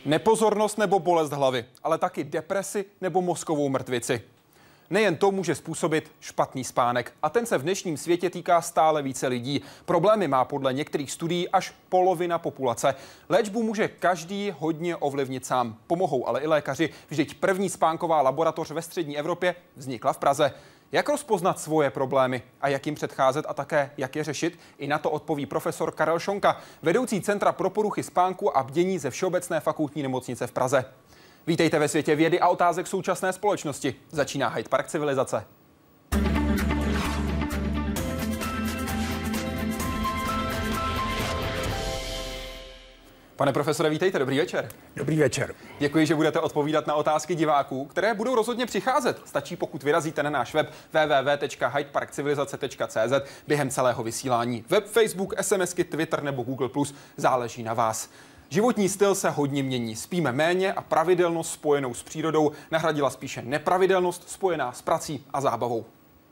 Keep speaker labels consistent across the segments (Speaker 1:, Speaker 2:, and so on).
Speaker 1: Nepozornost nebo bolest hlavy, ale taky depresi nebo mozkovou mrtvici. Nejen to může způsobit špatný spánek a ten se v dnešním světě týká stále více lidí. Problémy má podle některých studií až polovina populace. Léčbu může každý hodně ovlivnit sám. Pomohou ale i lékaři. Vždyť první spánková laboratoř ve střední Evropě vznikla v Praze. Jak rozpoznat svoje problémy a jak jim předcházet a také jak je řešit? I na to odpoví profesor Karel Šonka, vedoucí Centra pro poruchy spánku a bdění ze Všeobecné fakultní nemocnice v Praze. Vítejte ve světě vědy a otázek současné společnosti. Začíná Hyde Park civilizace. Pane profesore, vítejte, dobrý večer.
Speaker 2: Dobrý večer.
Speaker 1: Děkuji, že budete odpovídat na otázky diváků, které budou rozhodně přicházet. Stačí, pokud vyrazíte na náš web www.hydeparkcivilizace.cz během celého vysílání. Web, Facebook, SMSky, Twitter nebo Google+, záleží na vás. Životní styl se hodně mění. Spíme méně a pravidelnost spojenou s přírodou nahradila spíše nepravidelnost spojená s prací a zábavou.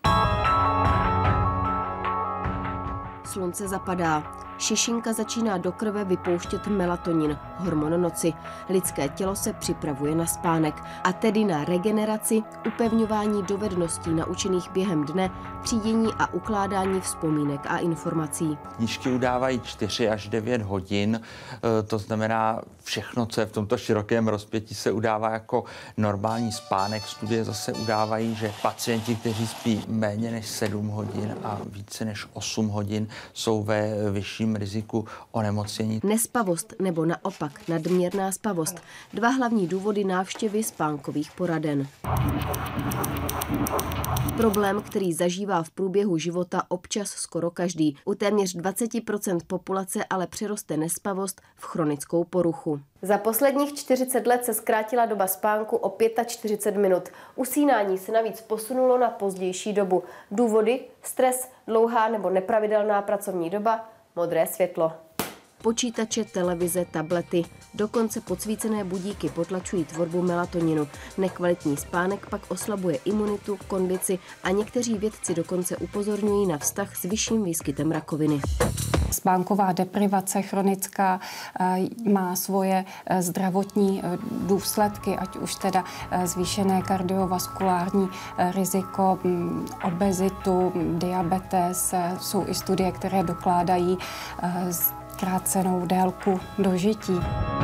Speaker 3: Slunce zapadá. Šišinka začíná do krve vypouštět melatonin, hormon noci. Lidské tělo se připravuje na spánek, a tedy na regeneraci, upevňování dovedností naučených během dne, třídění a ukládání vzpomínek a informací.
Speaker 4: Knížky udávají 4 až 9 hodin, to znamená všechno, co je v tomto širokém rozpětí, se udává jako normální spánek. Studie zase udávají, že pacienti, kteří spí méně než 7 hodin a více než 8 hodin, jsou ve vyšším riziku onemocnění.
Speaker 3: Nespavost nebo naopak nadměrná spavost. Dva hlavní důvody návštěvy spánkových poraden. Problém, který zažívá v průběhu života občas skoro každý. U téměř 20% populace ale přeroste nespavost v chronickou poruchu. Za posledních 40 let se zkrátila doba spánku o 45 minut. Usínání se navíc posunulo na pozdější dobu. Důvody? Stres, dlouhá nebo nepravidelná pracovní doba, modré světlo. Počítače, televize, tablety, dokonce podsvícené budíky potlačují tvorbu melatoninu. Nekvalitní spánek pak oslabuje imunitu, kondici a někteří vědci dokonce upozorňují na vztah s vyšším výskytem rakoviny.
Speaker 5: Spánková deprivace chronická má svoje zdravotní důsledky, ať už teda zvýšené kardiovaskulární riziko, obezitu, diabetes. Jsou i studie, které dokládají zkrácenou délku dožití.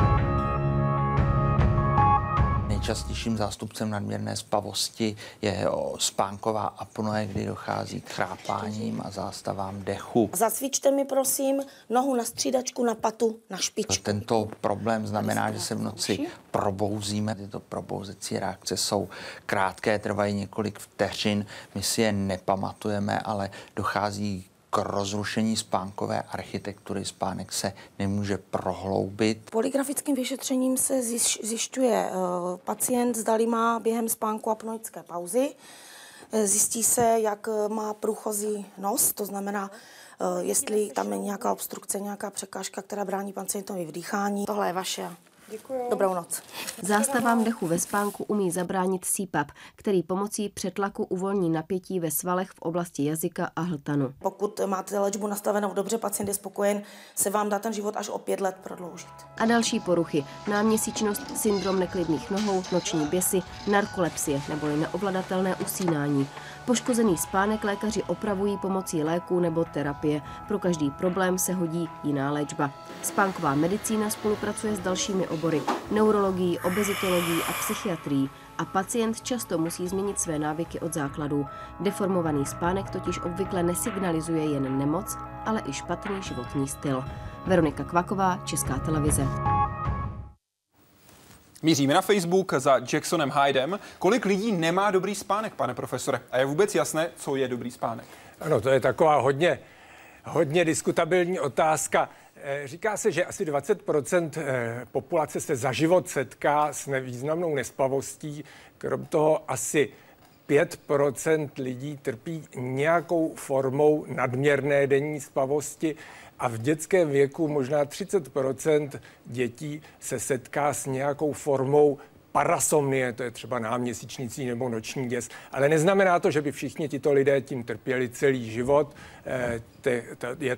Speaker 4: Nejčastějším zástupcem nadměrné spavosti je spánková apnoe, kdy dochází k chrápáním a zástavám dechu.
Speaker 6: Zacvičte mi prosím nohu na střídačku, na patu, na špičku.
Speaker 4: Tento problém znamená, že se v noci probouzíme. Tyto probouzecí reakce jsou krátké, trvají několik vteřin. My si je nepamatujeme, ale dochází k rozrušení spánkové architektury. Spánek se nemůže prohloubit.
Speaker 6: Polygrafickým vyšetřením se zjišťuje pacient, zdali má během spánku apnoické pauzy. Zjistí se, jak má průchozí nos, to znamená, jestli tam je nějaká obstrukce, nějaká překážka, která brání pacientovi v dýchání. Tohle je vaše. Děkuji. Dobrou noc.
Speaker 3: Zástavám dechu ve spánku umí zabránit CPAP, který pomocí přetlaku uvolní napětí ve svalech v oblasti jazyka a hltanu.
Speaker 6: Pokud máte léčbu nastavenou dobře, pacient je spokojen, se vám dá ten život až o 5 let prodloužit.
Speaker 3: A další poruchy: náměsíčnost, syndrom neklidných nohou, noční běsy, narkolepsie neboli neovladatelné usínání. Poškozený spánek lékaři opravují pomocí léků nebo terapie. Pro každý problém se hodí jiná léčba. Spánková medicína spolupracuje s dalšími obory, neurologií, obezitologií a psychiatrií. A pacient často musí změnit své návyky od základů. Deformovaný spánek totiž obvykle nesignalizuje jen nemoc, ale i špatný životní styl. Veronika Kvaková, Česká televize.
Speaker 1: Míříme na Facebook za Jacksonem Hydem. Kolik lidí nemá dobrý spánek, pane profesore? A je vůbec jasné, co je dobrý spánek?
Speaker 2: Ano, to je taková hodně diskutabilní otázka. Říká se, že asi 20% populace se za život setká s nevýznamnou nespavostí. Krom toho asi 5% lidí trpí nějakou formou nadměrné denní spavosti a v dětském věku možná 30% dětí se setká s nějakou formou parasomnie, to je třeba náměsíčnicí nebo noční děs, ale neznamená to, že by všichni tito lidé tím trpěli celý život. Je to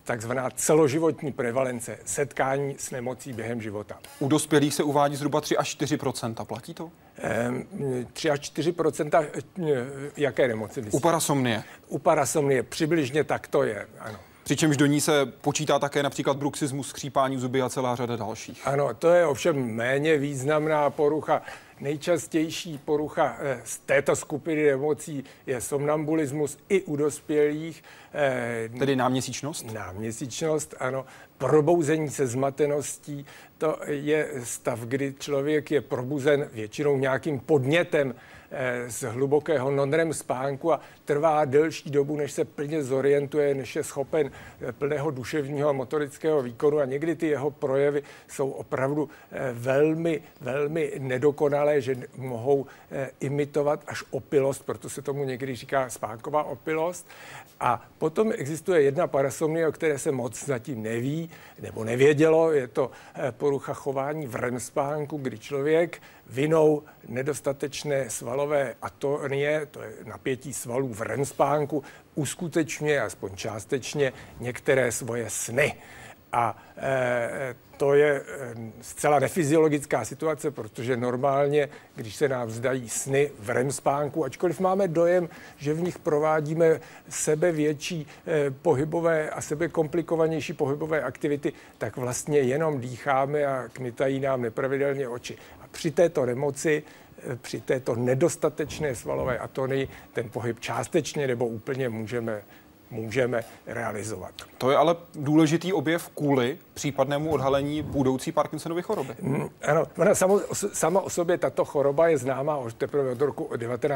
Speaker 2: takzvaná celoživotní prevalence setkání s nemocí během života.
Speaker 1: U dospělých se uvádí zhruba 3 až 4%. Platí to?
Speaker 2: 3 až 4% jaké nemoci?
Speaker 1: U parasomnie.
Speaker 2: U parasomnie přibližně tak to je, ano.
Speaker 1: Přičemž do ní se počítá také například bruxismus, skřípání zuby a celá řada dalších.
Speaker 2: Ano, to je ovšem méně významná porucha. Nejčastější porucha z této skupiny nemocí je somnambulismus i u dospělých.
Speaker 1: Tedy náměsíčnost?
Speaker 2: Náměsíčnost, ano. Probouzení se zmateností, to je stav, kdy člověk je probuzen většinou nějakým podnětem z hlubokého non-REM spánku a trvá delší dobu, než se plně zorientuje, než je schopen plného duševního a motorického výkonu a někdy ty jeho projevy jsou opravdu velmi, velmi nedokonalé, že mohou imitovat až opilost, proto se tomu někdy říká spánková opilost. A potom existuje jedna parasomnie, o které se moc zatím neví nebo nevědělo. Je to porucha chování v REM spánku, kdy člověk vinou nedostatečné svalové atonie, to je napětí svalů v REM spánku, uskutečňuje aspoň částečně některé svoje sny. A to je zcela nefyziologická situace, protože normálně, když se nám zdají sny v REM spánku, ačkoliv máme dojem, že v nich provádíme sebevětší pohybové a sebekomplikovanější pohybové aktivity, tak vlastně jenom dýcháme a kmitají nám nepravidelně oči. A při této nemoci, při této nedostatečné svalové atonii, ten pohyb částečně nebo úplně můžeme realizovat.
Speaker 1: To je ale důležitý objev kvůli případnému odhalení budoucí Parkinsonovy choroby.
Speaker 2: Ano, sama o sobě tato choroba je známá už teprve od roku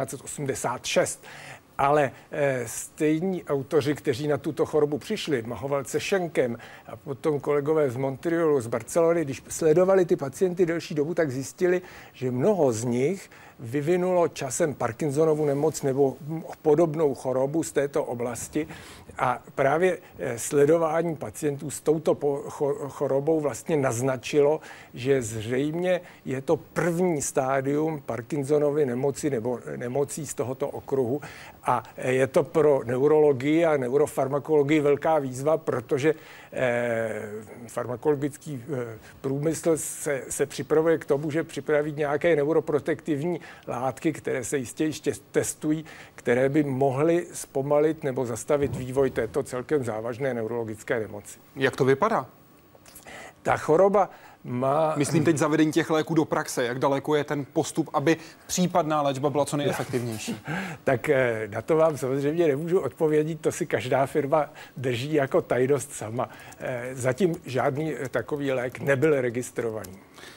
Speaker 2: 1986. Ale stejní autoři, kteří na tuto chorobu přišli, Mahovalce Schenkem a potom kolegové z Montrealu, z Barcelony, když sledovali ty pacienty delší dobu, tak zjistili, že mnoho z nich vyvinulo časem Parkinsonovu nemoc nebo podobnou chorobu z této oblasti. A právě sledování pacientů s touto chorobou vlastně naznačilo, že zřejmě je to první stádium Parkinsonovy nemoci nebo nemocí z tohoto okruhu. A je to pro neurologii a neurofarmakologii velká výzva, protože farmakologický průmysl se připravuje k tomu, že připraví nějaké neuroprotektivní látky, které se jistě ještě testují, které by mohly zpomalit nebo zastavit vývoj této celkem závažné neurologické nemoci.
Speaker 1: Jak to vypadá?
Speaker 2: Ta choroba má...
Speaker 1: Myslím teď zavedení těch léků do praxe. Jak daleko je ten postup, aby případná léčba byla co nejefektivnější?
Speaker 2: Tak na to vám samozřejmě nemůžu odpovědět, to si každá firma drží jako tajnost sama. Zatím žádný takový lék nebyl registrovaný.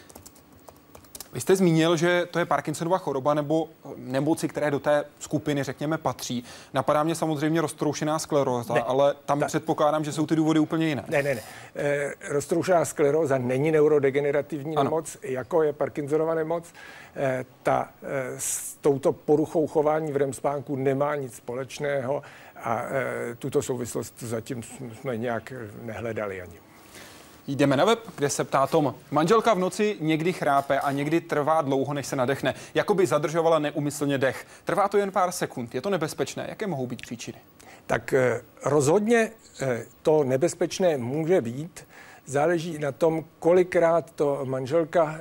Speaker 1: Vy jste zmínil, že to je Parkinsonova choroba nebo nemoci, které do té skupiny, řekněme, patří. Napadá mě samozřejmě roztroušená skleróza, ale tam předpokládám, že jsou ty důvody úplně jiné.
Speaker 2: Ne. Roztroušená skleróza není neurodegenerativní nemoc, jako je Parkinsonova nemoc. Ta s touto poruchou chování v REM spánku nemá nic společného a tuto souvislost zatím jsme nějak nehledali ani.
Speaker 1: Jdeme na web, kde se ptá Tom. Manželka v noci někdy chrápe a někdy trvá dlouho, než se nadechne. Jakoby zadržovala neúmyslně dech. Trvá to jen pár sekund. Je to nebezpečné? Jaké mohou být příčiny?
Speaker 2: Tak rozhodně to nebezpečné může být. Záleží na tom, kolikrát to manželka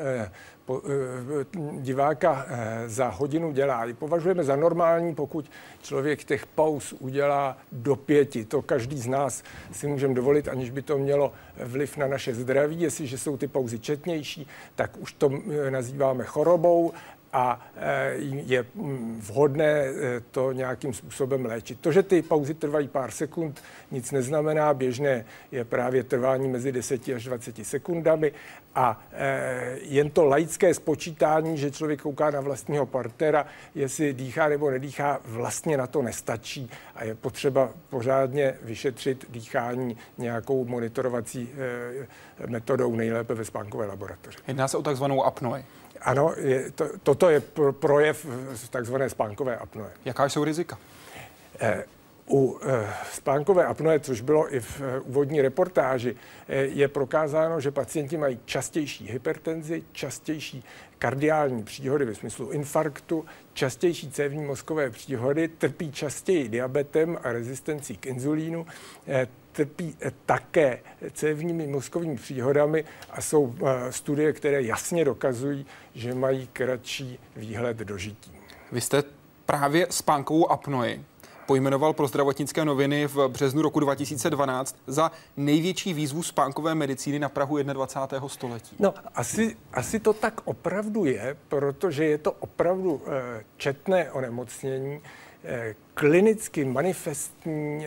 Speaker 2: diváka za hodinu dělá. Považujeme za normální, pokud člověk těch pauz udělá do 5. To každý z nás si můžeme dovolit, aniž by to mělo vliv na naše zdraví. Jestliže jsou ty pauzy četnější, tak už to nazýváme chorobou a je vhodné to nějakým způsobem léčit. To, že ty pauzy trvají pár sekund, nic neznamená. Běžné je právě trvání mezi 10 až 20 sekundami a jen to laické spočítání, že člověk kouká na vlastního partnera, jestli dýchá nebo nedýchá, vlastně na to nestačí a je potřeba pořádně vyšetřit dýchání nějakou monitorovací metodou, nejlépe ve spánkové laboratoři.
Speaker 1: Jedná se o takzvanou apnoe.
Speaker 2: Ano, toto je projev takzvané spánkové apnoe.
Speaker 1: Jaká jsou rizika?
Speaker 2: U spánkové apnoe, což bylo i v úvodní reportáži, je prokázáno, že pacienti mají častější hypertenzi, častější kardiální příhody ve smyslu infarktu, častější cévní mozkové příhody, trpí častěji diabetem a rezistencí k inzulínu, trpí také cévními mozkovými příhodami a jsou studie, které jasně dokazují, že mají kratší výhled do žití.
Speaker 1: Vy jste právě spánkovou apnoe pojmenoval pro Zdravotnické noviny v březnu roku 2012 za největší výzvu spánkové medicíny na prahu 21. století.
Speaker 2: No, asi to tak opravdu je, protože je to opravdu četné onemocnění, klinicky manifestní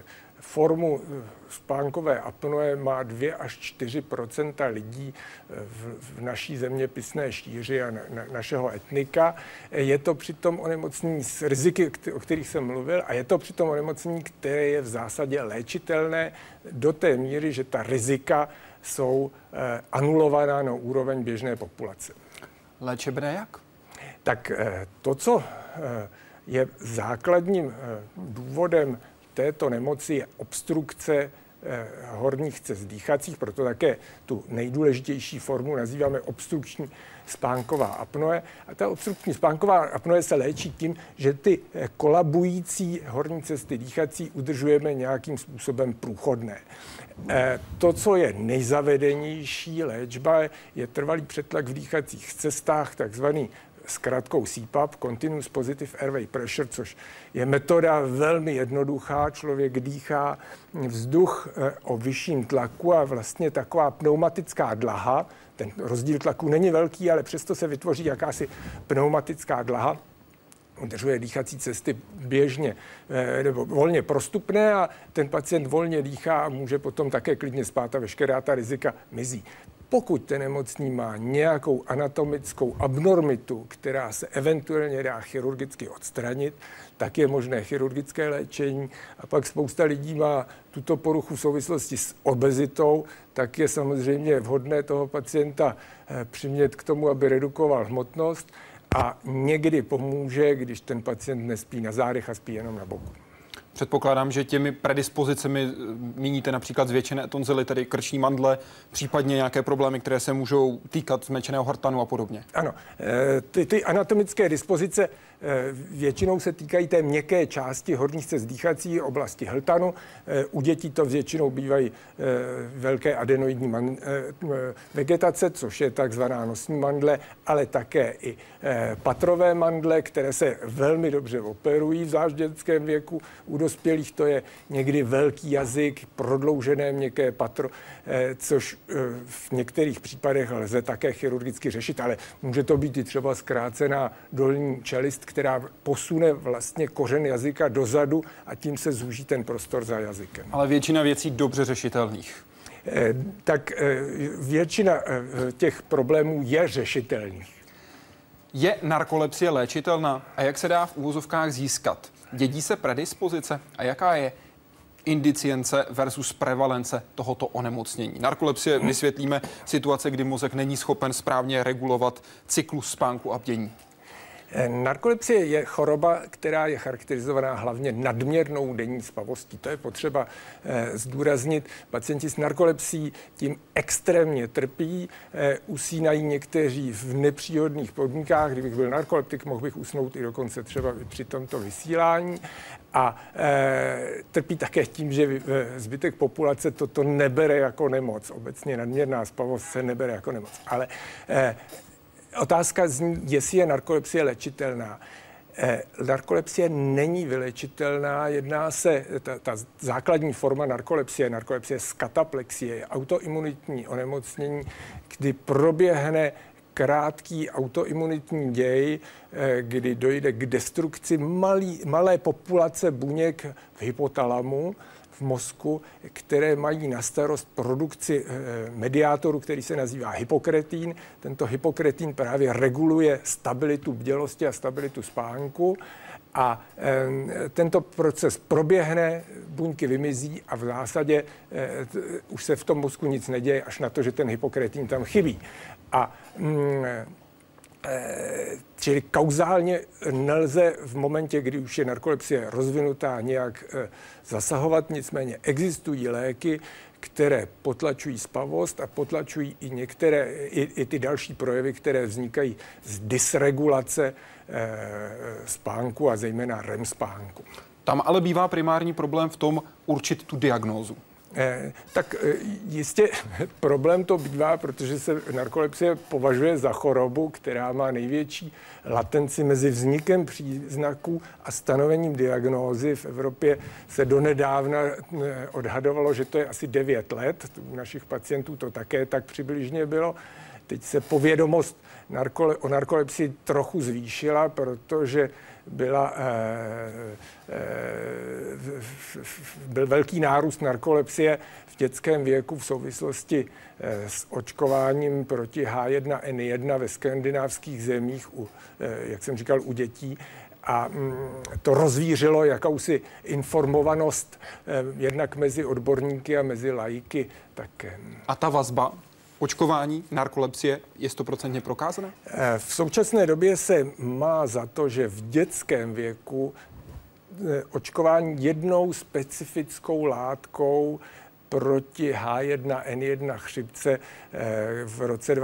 Speaker 2: formu spánkové apnoe má 2 až 4 % lidí v naší zeměpisné šíři a našeho etnika. Je to přitom onemocnění s riziky, o kterých jsem mluvil, a je to přitom onemocnění, které je v zásadě léčitelné do té míry, že ta rizika jsou anulovaná na úroveň běžné populace.
Speaker 1: Léčebné jak?
Speaker 2: Tak to, co je základním důvodem této nemoci, je obstrukce horních cest dýchacích, proto také tu nejdůležitější formu nazýváme obstrukční spánková apnoe. A ta obstrukční spánková apnoe se léčí tím, že ty kolabující horní cesty dýchací udržujeme nějakým způsobem průchodné. To, co je nejzavedenější léčba, je trvalý přetlak v dýchacích cestách, takzvaný zkratkou CPAP, Continuous Positive Airway Pressure, což je metoda velmi jednoduchá. Člověk dýchá vzduch o vyšším tlaku a vlastně taková pneumatická dlaha, ten rozdíl tlaku není velký, ale přesto se vytvoří jakási pneumatická dlaha, udržuje dýchací cesty běžně nebo volně prostupné a ten pacient volně dýchá a může potom také klidně spát a veškerá ta rizika mizí. Pokud ten nemocný má nějakou anatomickou abnormitu, která se eventuálně dá chirurgicky odstranit, tak je možné chirurgické léčení. A pak spousta lidí má tuto poruchu v souvislosti s obezitou, tak je samozřejmě vhodné toho pacienta přimět k tomu, aby redukoval hmotnost, a někdy pomůže, když ten pacient nespí na zádech a spí jenom na boku.
Speaker 1: Předpokládám, že těmi predispozicemi míníte například zvětšené tonzily, tedy krční mandle, případně nějaké problémy, které se můžou týkat zmenšeného hrtanu a podobně.
Speaker 2: Ano, ty anatomické dispozice většinou se týkají té měkké části horních cest dýchací oblasti hltanu. U dětí to většinou bývají velké adenoidní vegetace, což je takzvaná nosní mandle, ale také i patrové mandle, které se velmi dobře operují, zvlášť v dětském věku. U dospělých to je někdy velký jazyk, prodloužené měkké patro, což v některých případech lze také chirurgicky řešit, ale může to být i třeba zkrácená dolní čelist, která posune vlastně kořen jazyka dozadu a tím se zúží ten prostor za jazykem.
Speaker 1: Ale většina věcí dobře řešitelných.
Speaker 2: Tak většina těch problémů je řešitelných.
Speaker 1: Je narkolepsie léčitelná a jak se dá v uvozovkách získat? Dědí se predispozice a jaká je indicience versus prevalence tohoto onemocnění? Narkolepsie vysvětlíme situace, kdy mozek není schopen správně regulovat cyklus spánku a bdění.
Speaker 2: Narkolepsie je choroba, která je charakterizovaná hlavně nadměrnou denní spavostí. To je potřeba zdůraznit. Pacienti s narkolepsií tím extrémně trpí, usínají někteří v nepříhodných podmínkách. Kdybych byl narkoleptik, mohl bych usnout i dokonce třeba při tomto vysílání. A trpí také tím, že zbytek populace toto nebere jako nemoc. Obecně nadměrná spavost se nebere jako nemoc. Ale otázka zní, jestli je narkolepsie léčitelná. Narkolepsie není vylečitelná, jedná se, ta základní forma narkolepsie z kataplexie, je autoimunitní onemocnění, kdy proběhne krátký autoimunitní děj, kdy dojde k destrukci malé populace buněk v hypotalamu, v mozku, které mají na starost produkci mediátoru, který se nazývá hypokretin. Tento hypokretin právě reguluje stabilitu bdělosti a stabilitu spánku. A tento proces proběhne, buňky vymizí a v zásadě už se v tom mozku nic neděje, až na to, že ten hypokretin tam chybí. A Čili kauzálně nelze v momentě, kdy už je narkolepsie rozvinutá, nějak zasahovat, nicméně existují léky, které potlačují spavost a potlačují i některé, i ty další projevy, které vznikají z dysregulace spánku a zejména REM spánku.
Speaker 1: Tam ale bývá primární problém v tom určit tu diagnózu.
Speaker 2: Tak jistě problém to bývá, protože se narkolepsie považuje za chorobu, která má největší latenci mezi vznikem příznaků a stanovením diagnózy. V Evropě se donedávna odhadovalo, že to je asi 9 let. U našich pacientů to také tak přibližně bylo. Teď se povědomost o narkolepsii trochu zvýšila, protože byl velký nárůst narkolepsie v dětském věku v souvislosti s očkováním proti H1N1 ve skandinávských zemích, jak jsem říkal, u dětí. A to rozvířilo jakousi informovanost jednak mezi odborníky a mezi laiky také.
Speaker 1: A ta vazba očkování, narkolepsie je 100% prokázaná?
Speaker 2: V současné době se má za to, že v dětském věku očkování jednou specifickou látkou proti H1N1 chřipce v roce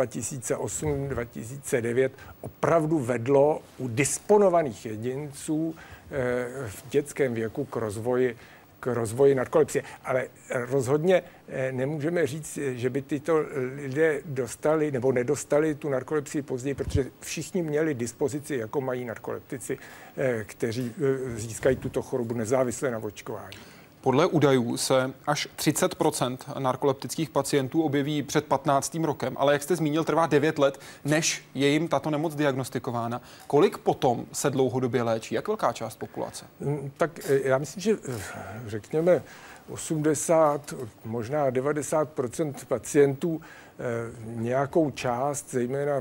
Speaker 2: 2008-2009 opravdu vedlo u disponovaných jedinců v dětském věku k rozvoji narkolepsie. Ale rozhodně nemůžeme říct, že by tyto lidé dostali nebo nedostali tu narkolepsii později, protože všichni měli dispozici, jako mají narkoleptici, kteří získají tuto chorobu nezávisle na očkování.
Speaker 1: Podle údajů se až 30% narkoleptických pacientů objeví před 15. rokem, ale jak jste zmínil, trvá 9 let, než je jim tato nemoc diagnostikována. Kolik potom se dlouhodobě léčí? Jak velká část populace?
Speaker 2: Tak já myslím, že řekněme 80, možná 90% pacientů nějakou část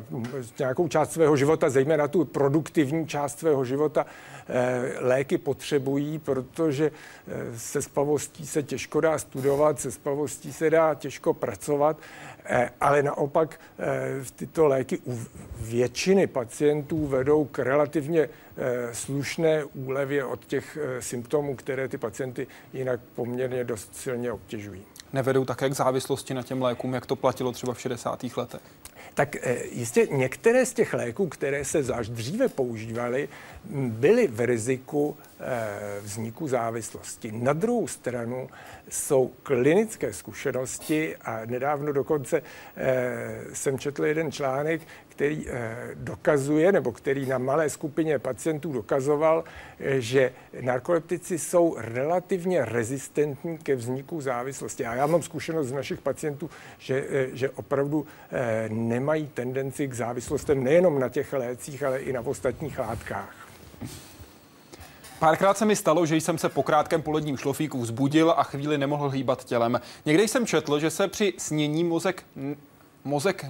Speaker 2: svého života, zejména tu produktivní část svého života, léky potřebují, protože se spavostí se těžko dá studovat, se spavostí se dá těžko pracovat, ale naopak tyto léky u většiny pacientů vedou k relativně slušné úlevě od těch symptomů, které ty pacienty jinak poměrně dost silně obtěžují.
Speaker 1: Nevedou také k závislosti na těm lékům, jak to platilo třeba v 60. letech?
Speaker 2: Tak jistě některé z těch léků, které se zvlášť dříve používaly, byly v riziku vzniku závislosti. Na druhou stranu jsou klinické zkušenosti a nedávno dokonce jsem četl jeden článek, který dokazuje, nebo který na malé skupině pacientů dokazoval, že narkoleptici jsou relativně rezistentní ke vzniku závislosti. A já mám zkušenost z našich pacientů, že opravdu nemají tendenci k závislostem nejenom na těch lécích, ale i na ostatních látkách.
Speaker 1: Párkrát se mi stalo, že jsem se po krátkém poledním šlofíku vzbudil a chvíli nemohl hýbat tělem. Někde jsem četl, že se při snění mozek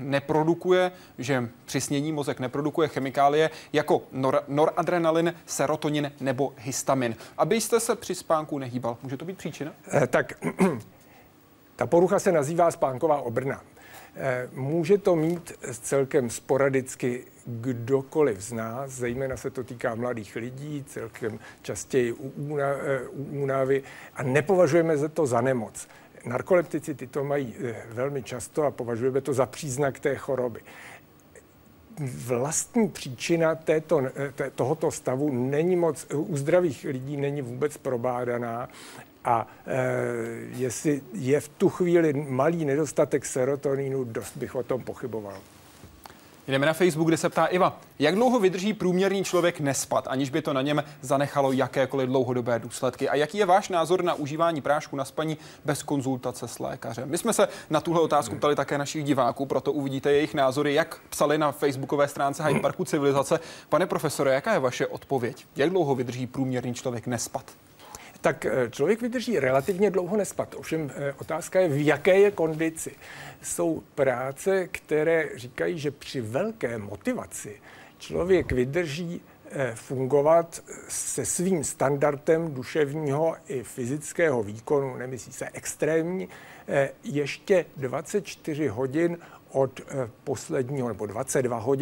Speaker 1: neprodukuje chemikálie jako noradrenalin, serotonin nebo histamin. Abyste se při spánku nehýbal. Může to být příčina?
Speaker 2: Tak ta porucha se nazývá spánková obrna. Může to mít celkem sporadicky kdokoliv z nás, zejména se to týká mladých lidí, celkem častěji u únavy a nepovažujeme to za nemoc. Narkoleptici tyto mají velmi často a považujeme to za příznak té choroby. Vlastní příčina tohoto stavu není moc, u zdravých lidí není vůbec probádaná. A jestli je v tu chvíli malý nedostatek serotoninu, dost bych o tom pochyboval.
Speaker 1: Jdeme na Facebook, kde se ptá Iva. Jak dlouho vydrží průměrný člověk nespat, aniž by to na něm zanechalo jakékoliv dlouhodobé důsledky? A jaký je váš názor na užívání prášku na spaní bez konzultace s lékařem? My jsme se na tuhle otázku ptali také našich diváků, proto uvidíte jejich názory, jak psali na facebookové stránce Hyde Parku Civilizace. Pane profesore, jaká je vaše odpověď? Jak dlouho vydrží průměrný člověk nespat?
Speaker 2: Tak člověk vydrží relativně dlouho nespat. Ovšem otázka je, v jaké je kondici. Jsou práce, které říkají, že při velké motivaci člověk vydrží fungovat se svým standardem duševního i fyzického výkonu, nemyslí se extrémní, ještě 24 hodin od posledního, nebo 22 hodin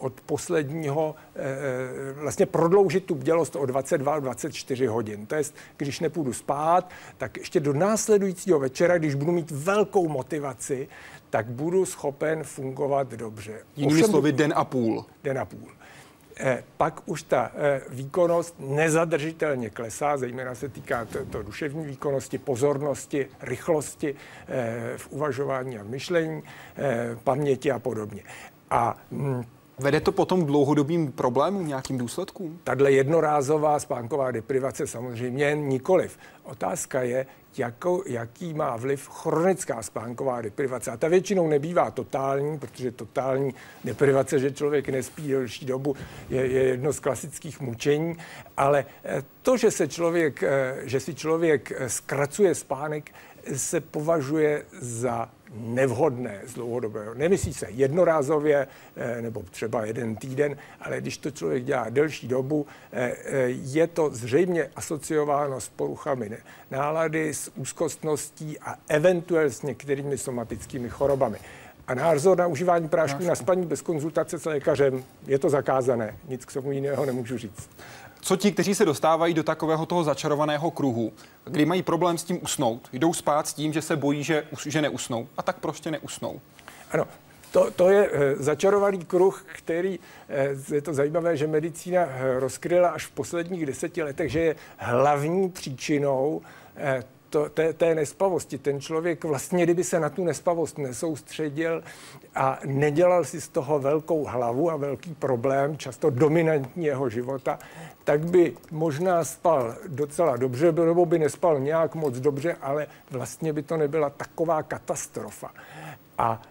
Speaker 2: od posledního, vlastně prodloužit tu bdělost o 22-24 hodin. To je, když nepůjdu spát, tak ještě do následujícího večera, když budu mít velkou motivaci, tak budu schopen fungovat dobře.
Speaker 1: Jinými slovy den a půl.
Speaker 2: Den a půl. Pak už ta výkonnost nezadržitelně klesá, zejména se týká to duševní výkonnosti, pozornosti, rychlosti v uvažování a myšlení, paměti a podobně. A
Speaker 1: vede to potom k dlouhodobým problémům, nějakým důsledkům?
Speaker 2: Tahle jednorázová spánková deprivace samozřejmě nikoliv. Otázka je, jaký má vliv chronická spánková deprivace. A ta většinou nebývá totální, protože totální deprivace, že člověk nespí delší dobu, je jedno z klasických mučení, ale to, že si člověk zkracuje spánek, se považuje za nevhodné z dlouhodobého. Nemyslí se jednorázově nebo třeba jeden týden, ale když to člověk dělá delší dobu, je to zřejmě asociováno s poruchami nálady, s úzkostností a eventuálně s některými somatickými chorobami. A názor na užívání prášků na spaní bez konzultace s lékařem je to zakázané. Nic k tomu jiného nemůžu říct.
Speaker 1: Co ti, kteří se dostávají do takového toho začarovaného kruhu, kdy mají problém s tím usnout, jdou spát s tím, že se bojí, že neusnou, a tak prostě neusnou?
Speaker 2: Ano, to je začarovaný kruh, který, je to zajímavé, že medicína rozkryla až v posledních 10 letech, že je hlavní příčinou té nespavosti. Ten člověk vlastně, kdyby se na tu nespavost nesoustředil a nedělal si z toho velkou hlavu a velký problém, často dominantní jeho života, tak by možná spal docela dobře, nebo by nespal nějak moc dobře, ale vlastně by to nebyla taková katastrofa. A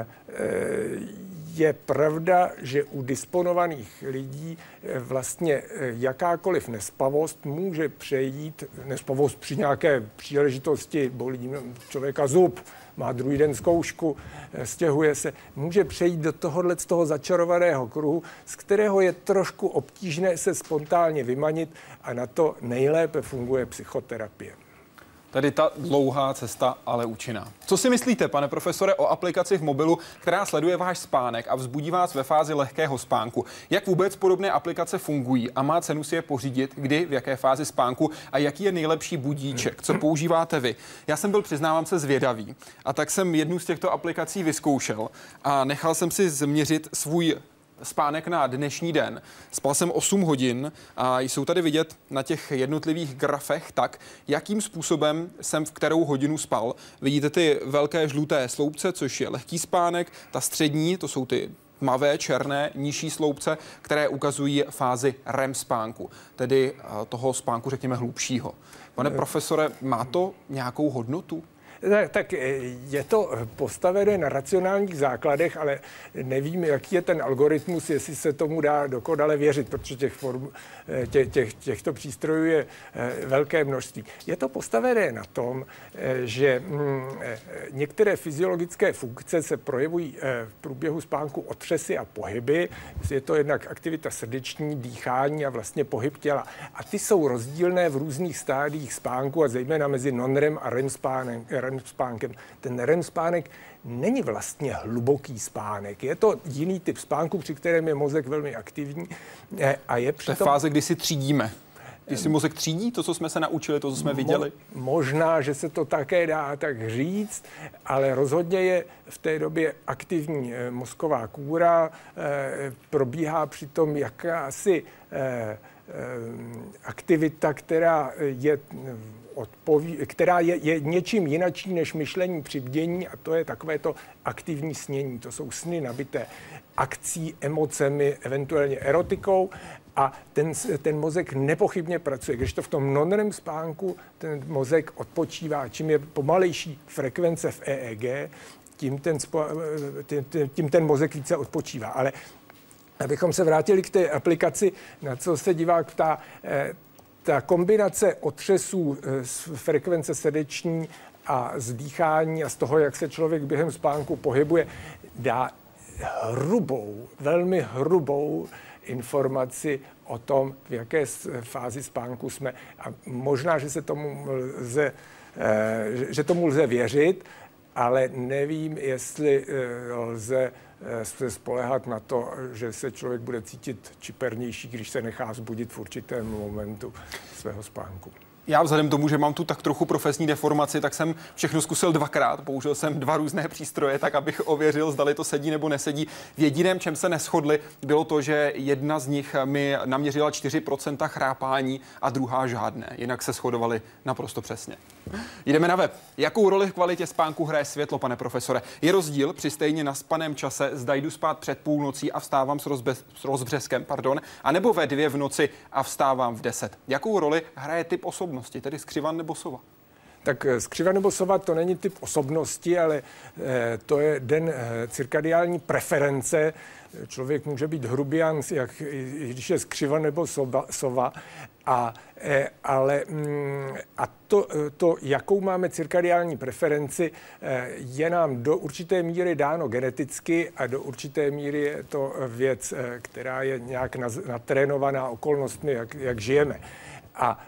Speaker 2: je pravda, že u disponovaných lidí vlastně jakákoliv nespavost může přejít, nespavost při nějaké příležitosti, bolí člověka zub, má druhý den zkoušku, stěhuje se, může přejít do z toho začarovaného kruhu, z kterého je trošku obtížné se spontánně vymanit, a na to nejlépe funguje psychoterapie.
Speaker 1: Tady ta dlouhá cesta, ale účinná. Co si myslíte, pane profesore, o aplikaci v mobilu, která sleduje váš spánek a vzbudí vás ve fázi lehkého spánku? Jak vůbec podobné aplikace fungují a má cenu si je pořídit, kdy, v jaké fázi spánku a jaký je nejlepší budíček? Co používáte vy? Já jsem byl, přiznávám se, zvědavý, a tak jsem jednu z těchto aplikací vyzkoušel a nechal jsem si změřit svůj spánek na dnešní den. Spal jsem 8 hodin a jsou tady vidět na těch jednotlivých grafech tak, jakým způsobem jsem v kterou hodinu spal. Vidíte ty velké žluté sloupce, což je lehký spánek, ta střední, to jsou ty tmavé, černé, nižší sloupce, které ukazují fázi REM spánku, tedy toho spánku, řekněme, hlubšího. Pane profesore, má to nějakou hodnotu?
Speaker 2: Tak je to postavené na racionálních základech, ale nevím, jaký je ten algoritmus, jestli se tomu dá dokonale věřit, protože těchto přístrojů je velké množství. Je to postavené na tom, že některé fyziologické funkce se projevují v průběhu spánku otřesy a pohyby. Je to jednak aktivita srdeční, dýchání a vlastně pohyb těla. A ty jsou rozdílné v různých stádiích spánku a zejména mezi non-REM a REM spánkem. Ten REM spánek není vlastně hluboký spánek. Je to jiný typ spánku, při kterém je mozek velmi aktivní a je přitom...
Speaker 1: To je fáze, kdy si třídíme. Když si mozek třídí, to, co jsme se naučili, to, co jsme viděli?
Speaker 2: Možná, že se to také dá tak říct, ale rozhodně je v té době aktivní mozková kůra, probíhá přitom jakási aktivita, která je něčím jinačí než myšlení při bdění, a to je takové to aktivní snění. To jsou sny nabité akcí, emocemi, eventuálně erotikou, a ten mozek nepochybně pracuje. Když to v tom non-REM spánku ten mozek odpočívá, čím je pomalejší frekvence v EEG, tím ten mozek více odpočívá. Ale abychom se vrátili k té aplikaci, na co se divák ptá, ta kombinace otřesů z frekvence srdeční a z dýchání a z toho, jak se člověk během spánku pohybuje, dá velmi hrubou informaci o tom, v jaké fázi spánku jsme. A možná, že tomu lze věřit, ale nevím, jestli lze se spoléhat na to, že se člověk bude cítit čipernější, když se nechá vzbudit v určitém momentu svého spánku.
Speaker 1: Já vzhledem tomu, že mám tu tak trochu profesní deformaci, tak jsem všechno zkusil dvakrát. Použil jsem 2 různé přístroje, tak abych ověřil, zdali to sedí nebo nesedí. V jediném, čem se neshodli, bylo to, že jedna z nich mi naměřila 4% chrápání a druhá žádné. Jinak se shodovali naprosto přesně. Jdeme na web. Jakou roli v kvalitě spánku hraje světlo, pane profesore? Je rozdíl při stejně naspaném čase, zda jdu spát před půlnocí a vstávám s rozbřeskem, anebo ve 2 v noci a vstávám v 10? Jakou roli hraje typ osobnosti, tedy skřivan nebo sova?
Speaker 2: Tak skřivan nebo sova to není typ osobnosti, ale to je den cirkadiální preference. Člověk může být hrubián, když je skřivan nebo sova. A to, jakou máme cirkadiální preferenci, je nám do určité míry dáno geneticky a do určité míry je to věc, která je nějak natrénovaná okolnostmi, jak žijeme. A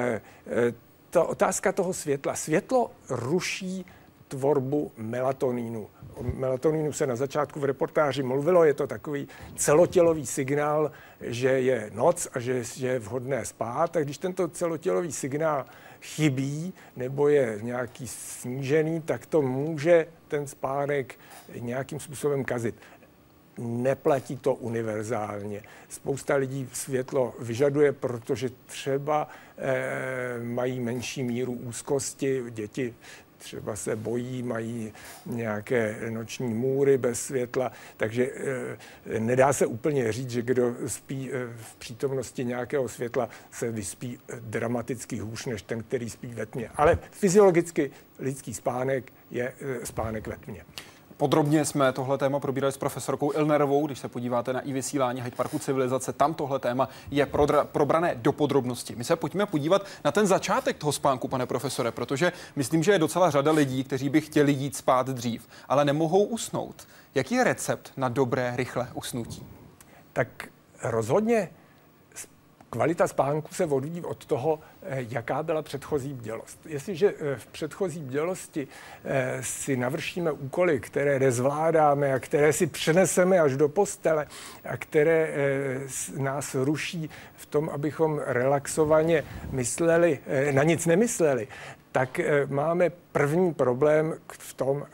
Speaker 2: ta otázka toho světla. Světlo ruší tvorbu melatonínu. O melatonínu se na začátku v reportáži mluvilo, je to takový celotělový signál, že je noc a že je vhodné spát. A když tento celotělový signál chybí nebo je nějaký snížený, tak to může ten spánek nějakým způsobem kazit. Neplatí to univerzálně. Spousta lidí světlo vyžaduje, protože třeba mají menší míru úzkosti. Děti třeba se bojí, mají nějaké noční můry bez světla, takže nedá se úplně říct, že kdo spí v přítomnosti nějakého světla, se vyspí dramaticky hůř než ten, který spí ve tmě. Ale fyziologicky lidský spánek je spánek ve tmě.
Speaker 1: Podrobně jsme tohle téma probírali s profesorkou Illnerovou. Když se podíváte na i-vysílání Hyde Parku civilizace, tam tohle téma je probrané do podrobnosti. My se pojďme podívat na ten začátek toho spánku, pane profesore, protože myslím, že je docela řada lidí, kteří by chtěli jít spát dřív, ale nemohou usnout. Jaký je recept na dobré, rychlé usnutí?
Speaker 2: Tak rozhodně kvalita spánku se odvíjí od toho, jaká byla předchozí bdělost. Jestliže v předchozí bdělosti si navršíme úkoly, které nezvládáme a které si přeneseme až do postele a které nás ruší v tom, abychom relaxovaně mysleli, na nic nemysleli, tak máme první problém v tom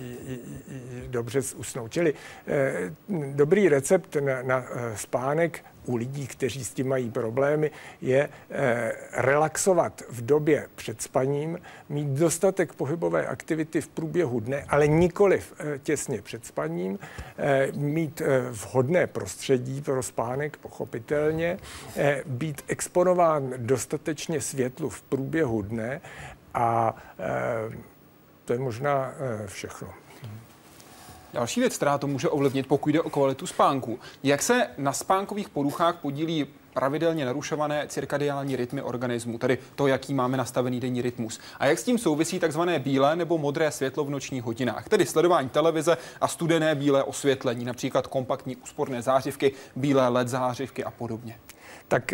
Speaker 2: dobře usnout. Čili dobrý recept na spánek u lidí, kteří s tím mají problémy, je relaxovat v době před spaním, mít dostatek pohybové aktivity v průběhu dne, ale nikoliv těsně před spaním, mít vhodné prostředí pro spánek, pochopitelně, být exponován dostatečně světlu v průběhu dne a to je možná všechno.
Speaker 1: Další věc, která to může ovlivnit, pokud jde o kvalitu spánku. Jak se na spánkových poruchách podílí pravidelně narušované cirkadiální rytmy organismu, tedy to, jaký máme nastavený denní rytmus. A jak s tím souvisí takzvané bílé nebo modré světlo v nočních hodinách, tedy sledování televize a studené bílé osvětlení, například kompaktní úsporné zářivky, bílé LED zářivky a podobně.
Speaker 2: Tak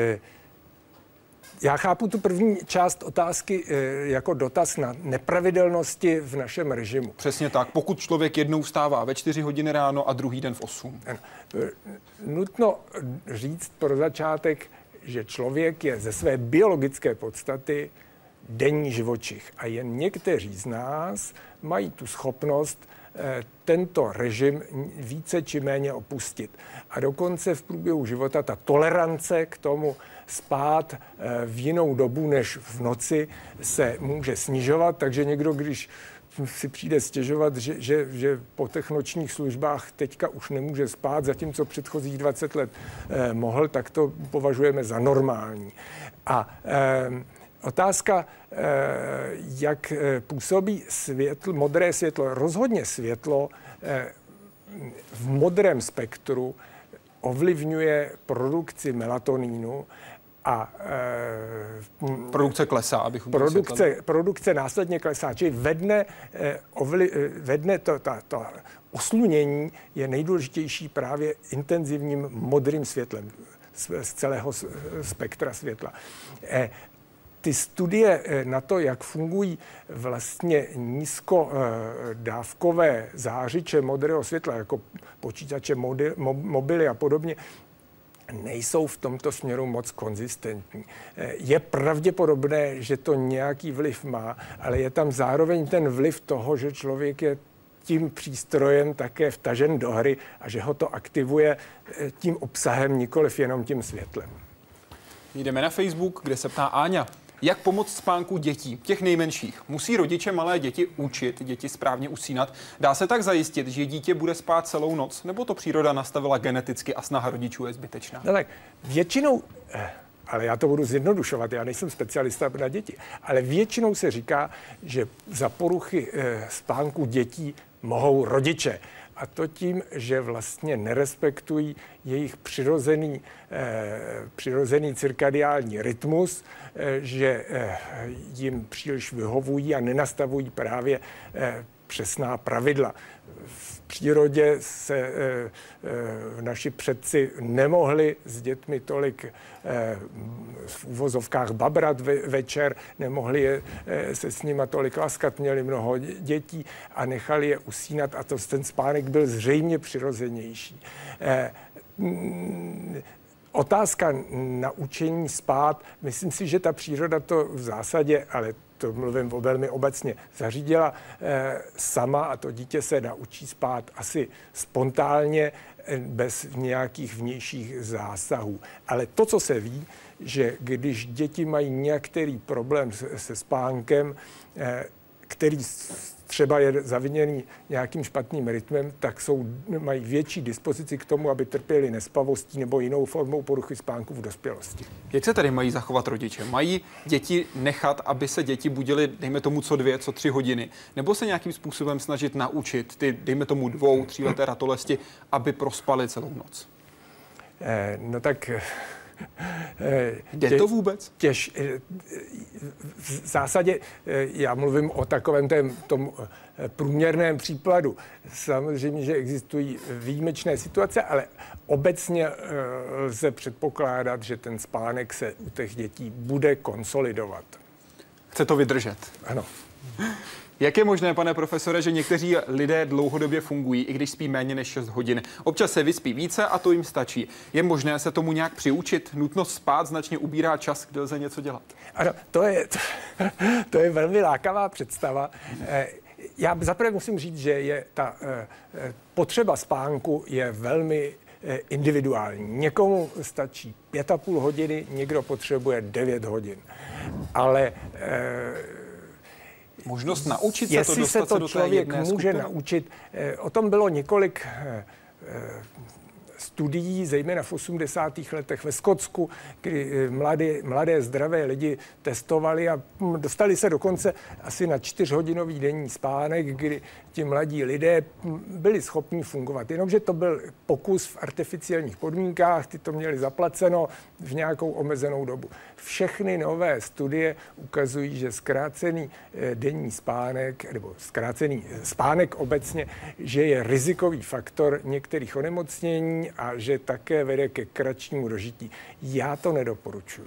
Speaker 2: já chápu tu první část otázky jako dotaz na nepravidelnosti v našem režimu.
Speaker 1: Přesně tak. Pokud člověk jednou vstává ve 4 hodiny ráno a druhý den v 8.
Speaker 2: Nutno říct pro začátek, že člověk je ze své biologické podstaty denní živočich. A jen někteří z nás mají tu schopnost tento režim více či méně opustit. A dokonce v průběhu života ta tolerance k tomu spát v jinou dobu než v noci se může snižovat, takže někdo, když si přijde stěžovat, že po těch nočních službách teďka už nemůže spát, zatímco předchozích 20 let mohl, tak to považujeme za normální. A otázka, jak působí modré světlo. Rozhodně světlo v modrém spektru ovlivňuje produkci melatonínu a
Speaker 1: produkce klesá, abychom
Speaker 2: produkce následně klesá. Čili ve dne to oslunění je nejdůležitější právě intenzivním modrým světlem z celého spektra světla. ty studie na to, jak fungují vlastně nízkodávkové zářiče modrého světla, jako počítače, mobily a podobně, nejsou v tomto směru moc konzistentní. Je pravděpodobné, že to nějaký vliv má, ale je tam zároveň ten vliv toho, že člověk je tím přístrojem také vtažen do hry a že ho to aktivuje tím obsahem, nikoliv jenom tím světlem.
Speaker 1: Jdeme na Facebook, kde se ptá Áňa. Jak pomoct spánku dětí, těch nejmenších? Musí rodiče malé děti učit děti správně usínat? Dá se tak zajistit, že dítě bude spát celou noc? Nebo to příroda nastavila geneticky a snaha rodičů je zbytečná?
Speaker 2: No tak většinou, ale já to budu zjednodušovat, já nejsem specialista na děti, ale většinou se říká, že za poruchy spánku dětí mohou rodiče. A to tím, že vlastně nerespektují jejich přirozený cirkadiální rytmus, že jim příliš vyhovují a nenastavují právě přesná pravidla. V přírodě se naši předci nemohli s dětmi tolik v uvozovkách babrat večer, nemohli se s nima tolik laskat, měli mnoho dětí a nechali je usínat a ten spánek byl zřejmě přirozenější. Otázka naučení spát, myslím si, že ta příroda to v zásadě, ale to mluvím velmi obecně, zařídila sama a to dítě se naučí spát asi spontánně, bez nějakých vnějších zásahů. Ale to, co se ví, že když děti mají nějaký problém se spánkem, který třeba je zaviněný nějakým špatným rytmem, tak mají větší dispozici k tomu, aby trpěli nespavostí nebo jinou formou poruchy spánku v dospělosti.
Speaker 1: Jak se tady mají zachovat rodiče? Mají děti nechat, aby se děti budily, dejme tomu, co 2, co 3 hodiny? Nebo se nějakým způsobem snažit naučit ty, dejme tomu, 2, 3leté ratolesti, aby prospali celou noc?
Speaker 2: No tak...
Speaker 1: Jde to vůbec?
Speaker 2: V zásadě já mluvím o takovém tom průměrném případu. Samozřejmě, že existují výjimečné situace, ale obecně lze předpokládat, že ten spánek se u těch dětí bude konsolidovat.
Speaker 1: Chce to vydržet?
Speaker 2: Ano.
Speaker 1: Jak je možné, pane profesore, že někteří lidé dlouhodobě fungují, i když spí méně než 6 hodin? Občas se vyspí více a to jim stačí. Je možné se tomu nějak přiučit? Nutnost spát značně ubírá čas, kde lze něco dělat.
Speaker 2: Ano, to je velmi lákavá představa. Já zaprvé musím říct, že ta potřeba spánku je velmi individuální. Někomu stačí 5,5 hodiny, někdo potřebuje 9 hodin. Ale
Speaker 1: možnost naučit se to, dostat
Speaker 2: jestli se to člověk může naučit, o tom bylo několik studií, zejména v 80. letech ve Skotsku, kdy mladé zdravé lidi testovali a dostali se dokonce asi na 4hodinový denní spánek, kdy ti mladí lidé byli schopni fungovat. Jenomže to byl pokus v artificiálních podmínkách, ty to měli zaplaceno v nějakou omezenou dobu. Všechny nové studie ukazují, že zkrácený denní spánek, nebo zkrácený spánek obecně, že je rizikový faktor některých onemocnění a že také vede ke kratšímu dožití. Já to nedoporučuji.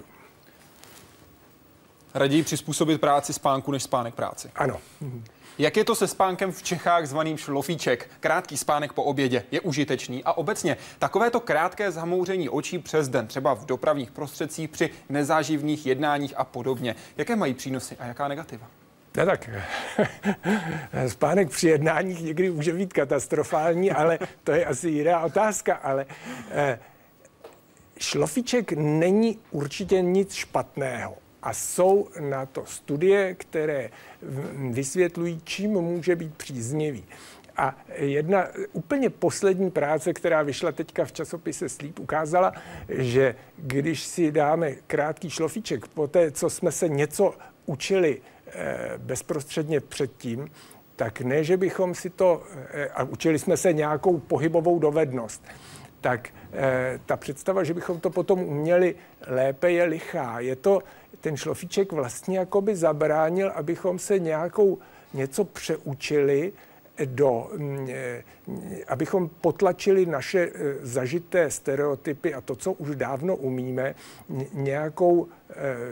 Speaker 1: Raději přizpůsobit práci spánku než spánek práci.
Speaker 2: Ano.
Speaker 1: Jak je to se spánkem v Čechách zvaným šlofíček? Krátký spánek po obědě je užitečný a obecně takovéto krátké zamouření očí přes den, třeba v dopravních prostředcích, při nezáživných jednáních a podobně. Jaké mají přínosy a jaká negativa?
Speaker 2: No tak, spánek při jednáních někdy může být katastrofální, ale to je asi jiná otázka, ale šlofíček není určitě nic špatného. A jsou na to studie, které vysvětlují, čím může být příznivý. A jedna úplně poslední práce, která vyšla teďka v časopise Sleep, ukázala, že když si dáme krátký šlofíček po té, co jsme se něco učili bezprostředně předtím, tak ne, že bychom si to, a učili jsme se nějakou pohybovou dovednost, tak ta představa, že bychom to potom uměli lépe, je lichá. Je to, ten šlofíček vlastně jakoby zabránil, abychom se něco přeučili, abychom potlačili naše zažité stereotypy a to, co už dávno umíme, nějakou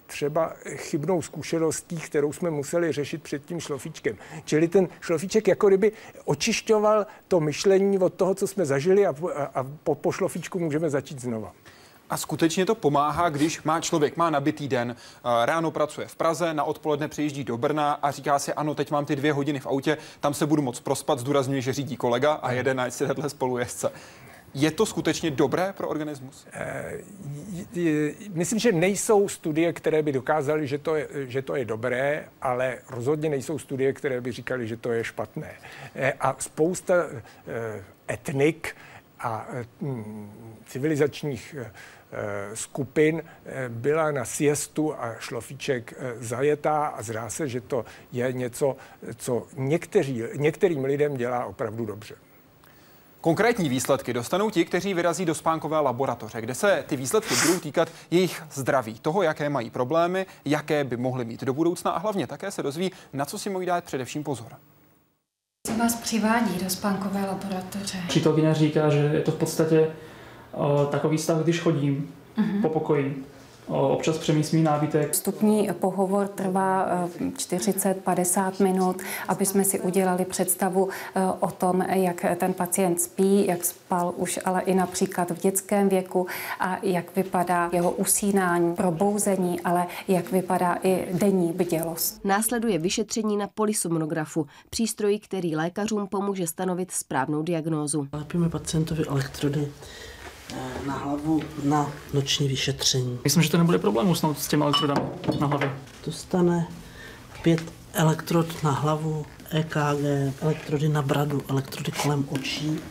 Speaker 2: třeba chybnou zkušeností, kterou jsme museli řešit před tím šlofíčkem. Čili ten šlofíček jako kdyby očišťoval to myšlení od toho, co jsme zažili a po šlofíčku můžeme začít znova.
Speaker 1: A skutečně to pomáhá, když člověk má nabitý den, ráno pracuje v Praze, na odpoledne přijíždí do Brna a říká si, ano, teď mám ty 2 hodiny v autě, tam se budu moc prospat, zdůrazňuji, že řídí kolega a jede na téhle spolujezdce. Je to skutečně dobré pro organismus?
Speaker 2: Myslím, že nejsou studie, které by dokázaly, že to je dobré, ale rozhodně nejsou studie, které by říkaly, že to je špatné. A spousta etnik a civilizačních skupin byla na siestu a šlofíček zajetá a zdá se, že to je něco, co některým lidem dělá opravdu dobře.
Speaker 1: Konkrétní výsledky dostanou ti, kteří vyrazí do spánkové laboratoře, kde se ty výsledky budou týkat jejich zdraví, toho, jaké mají problémy, jaké by mohly mít do budoucna a hlavně také se dozví, na co si mají dát především pozor.
Speaker 5: Co vás přivádí do spánkové laboratoře?
Speaker 7: Přítelkyně říká, že je to v podstatě takový stav, když chodím po pokoji. Občas přemístí nábytek.
Speaker 5: Vstupní pohovor trvá 40-50 minut, aby jsme si udělali představu o tom, jak ten pacient spí, jak spal už ale i například v dětském věku a jak vypadá jeho usínání, probouzení, ale jak vypadá i denní bdělost.
Speaker 3: Následuje vyšetření na polysomnografu, přístroj, který lékařům pomůže stanovit správnou diagnózu.
Speaker 8: Lepíme pacientovi elektrody na hlavu na noční vyšetření.
Speaker 7: Myslím, že to nebude problém usnout s těmi elektrodami na hlavě.
Speaker 8: Dostane 5 elektrod na hlavu, EKG, elektrody na bradu, elektrody kolem očí.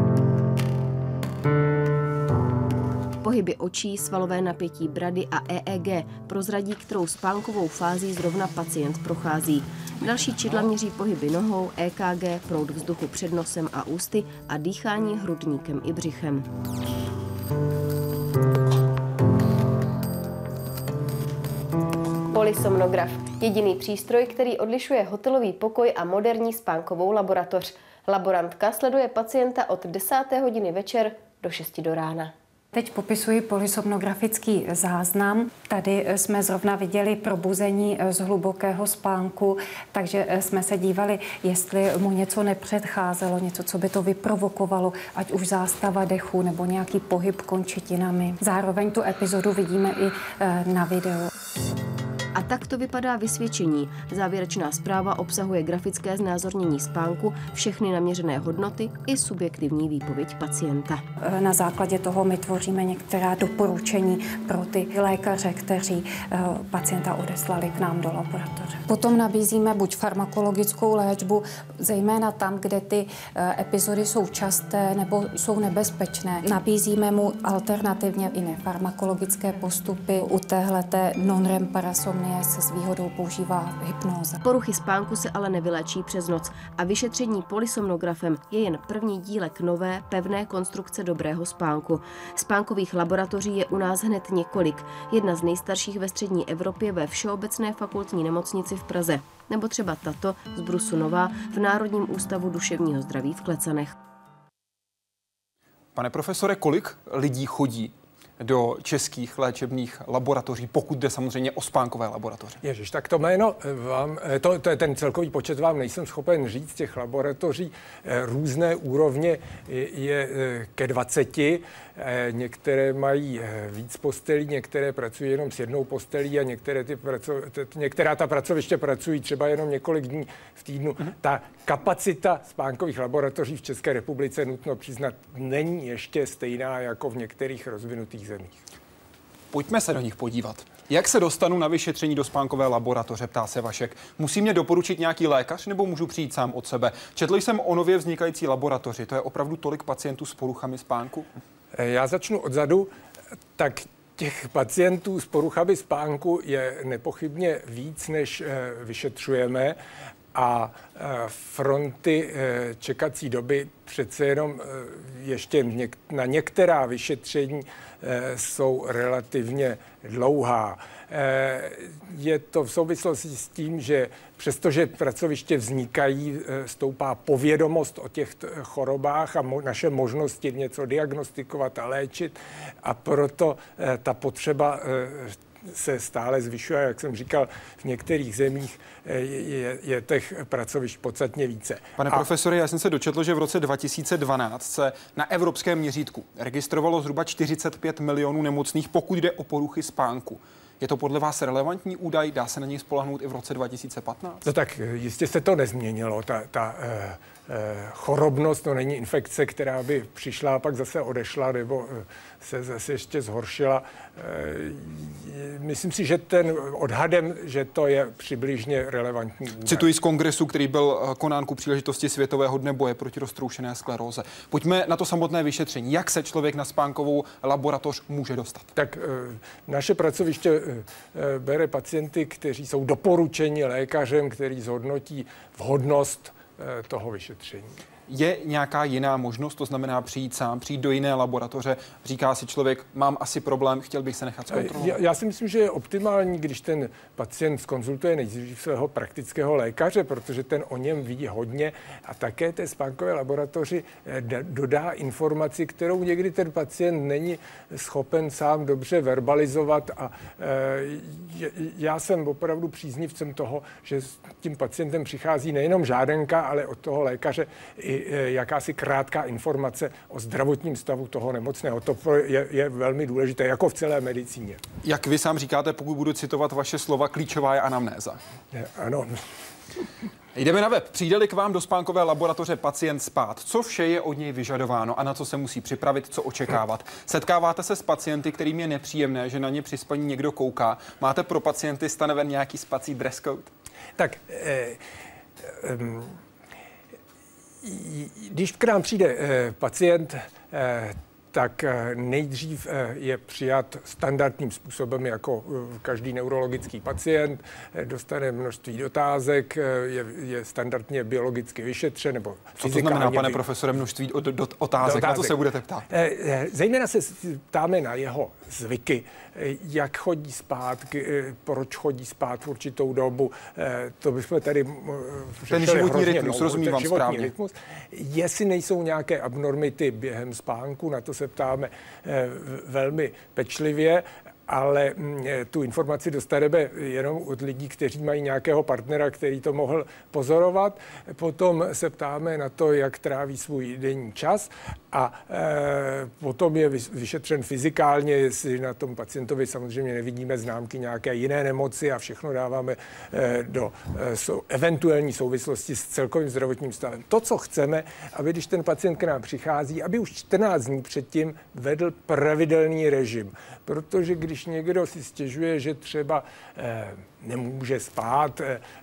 Speaker 3: Pohyby očí, svalové napětí brady a EEG prozradí, kterou spánkovou fází zrovna pacient prochází. Další čidla měří pohyby nohou, EKG, proud vzduchu před nosem a ústy a dýchání hrudníkem i břichem. Polysomnograf. Jediný přístroj, který odlišuje hotelový pokoj a moderní spánkovou laboratoř. Laborantka sleduje pacienta od 10. hodiny večer do 6 do rána.
Speaker 5: Teď popisuji polysomnografický záznam. Tady jsme zrovna viděli probuzení z hlubokého spánku, takže jsme se dívali, jestli mu něco nepředcházelo, něco, co by to vyprovokovalo, ať už zástava dechu nebo nějaký pohyb končetinami. Zároveň tu epizodu vidíme i na videu.
Speaker 3: A tak to vypadá vysvědčení. Závěrečná zpráva obsahuje grafické znázornění spánku, všechny naměřené hodnoty i subjektivní výpověď pacienta.
Speaker 5: Na základě toho my tvoříme některá doporučení pro ty lékaře, kteří pacienta odeslali k nám do laboratoře. Potom nabízíme buď farmakologickou léčbu, zejména tam, kde ty epizody jsou časté nebo jsou nebezpečné. Nabízíme mu alternativně i nefarmakologické postupy. U téhleté non-REM parasomnie se s výhodou používá hypnóza.
Speaker 3: Poruchy spánku se ale nevyléčí přes noc a vyšetření polysomnografem je jen první dílek nové, pevné konstrukce dobrého spánku. Spánkových laboratoří je u nás hned několik. Jedna z nejstarších ve střední Evropě ve Všeobecné fakultní nemocnici v Praze. Nebo třeba tato z Brusu Nová v Národním ústavu duševního zdraví v Klecanech.
Speaker 1: Pane profesore, kolik lidí chodí do českých léčebných laboratoří, pokud jde samozřejmě o spánkové laboratoře?
Speaker 2: Ježiš, tak to jméno vám, to je ten celkový počet vám nejsem schopen říct, těch laboratoří různé úrovně je ke 20. Některé mají víc postelí, některé pracují jenom s jednou postelí a některá ta pracoviště pracují třeba jenom několik dní v týdnu. Ta kapacita spánkových laboratoří v České republice, nutno přiznat, není ještě stejná jako v některých rozvinutých zemích.
Speaker 1: Pojďme se do nich podívat. Jak se dostanu na vyšetření do spánkové laboratoře, ptá se Vašek. Musí mě doporučit nějaký lékař nebo můžu přijít sám od sebe? Četl jsem o nově vznikající laboratoři. To je opravdu tolik pacientů s poruchami spánku?
Speaker 2: Já začnu odzadu. Tak těch pacientů s poruchami spánku je nepochybně víc, než vyšetřujeme. A fronty čekací doby přece jenom ještě na některá vyšetření jsou relativně dlouhá. Je to v souvislosti s tím, že přestože pracoviště vznikají, stoupá povědomost o těch chorobách a naše možnosti něco diagnostikovat a léčit a proto ta potřeba se stále zvyšuje. Jak jsem říkal, v některých zemích je těch pracovišť podstatně více.
Speaker 1: Pane profesore, já jsem se dočetl, že v roce 2012 se na evropském měřítku registrovalo zhruba 45 milionů nemocných, pokud jde o poruchy spánku. Je to podle vás relevantní údaj? Dá se na něj spolehnout i v roce 2015?
Speaker 2: No tak jistě se to nezměnilo. Chorobnost to není infekce, která by přišla a pak zase odešla nebo se zase ještě zhoršila. Myslím si, že ten odhadem, že to je přibližně relevantní údaj.
Speaker 1: Cituji z kongresu, který byl konán ku příležitosti Světového dne boje proti roztroušené skleróze. Pojďme na to samotné vyšetření. Jak se člověk na spánkovou laboratoř může dostat?
Speaker 2: Tak naše pracoviště bere pacienty, kteří jsou doporučeni lékařem, který zhodnotí vhodnost toho vyšetření.
Speaker 1: Je nějaká jiná možnost, to znamená přijít sám, přijít do jiné laboratoře, říká si člověk, mám asi problém, chtěl bych se nechat zkontrolovat?
Speaker 2: Já si myslím, že je optimální, když ten pacient zkonzultuje nejdřív svého praktického lékaře, protože ten o něm ví hodně a také té spánkové laboratoři dodá informaci, kterou někdy ten pacient není schopen sám dobře verbalizovat a já jsem opravdu příznivcem toho, že s tím pacientem přichází nejenom žádenka, ale od toho lékaře i jakási krátká informace o zdravotním stavu toho nemocného. To je velmi důležité, jako v celé medicíně.
Speaker 1: Jak vy sám říkáte, pokud budu citovat vaše slova, klíčová je anamnéza.
Speaker 2: Ano.
Speaker 1: Jdeme na web. Přijde-li k vám do spánkové laboratoře pacient spát, co vše je od něj vyžadováno a na co se musí připravit, co očekávat? Setkáváte se s pacienty, kterým je nepříjemné, že na ně při spaní někdo kouká? Máte pro pacienty stanoven nějaký spací dress code?
Speaker 2: Tak, když k nám přijde pacient, tak nejdřív je přijat standardním způsobem jako každý neurologický pacient. Dostane množství otázek, je standardně biologicky vyšetřen nebo
Speaker 1: fyzikálně. Co to znamená, pane profesore, množství otázek? Na co se budete ptát?
Speaker 2: Zejména se ptáme na jeho zvyky, jak chodí spát, proč chodí spát v určitou dobu. To bychom tady
Speaker 1: ten životní rytmus, rozumím vám správně.
Speaker 2: Rytmus. Jestli nejsou nějaké abnormity během spánku, na to se ptáme velmi pečlivě, ale tu informaci dostaneme jenom od lidí, kteří mají nějakého partnera, který to mohl pozorovat. Potom se ptáme na to, jak tráví svůj denní čas a potom je vyšetřen fyzikálně, jestli na tom pacientovi samozřejmě nevidíme známky nějaké jiné nemoci a všechno dáváme do eventuální souvislosti s celkovým zdravotním stavem. To, co chceme, aby když ten pacient k nám přichází, aby už 14 dní předtím vedl pravidelný režim. Protože když někdo si stěžuje, že třeba nemůže spát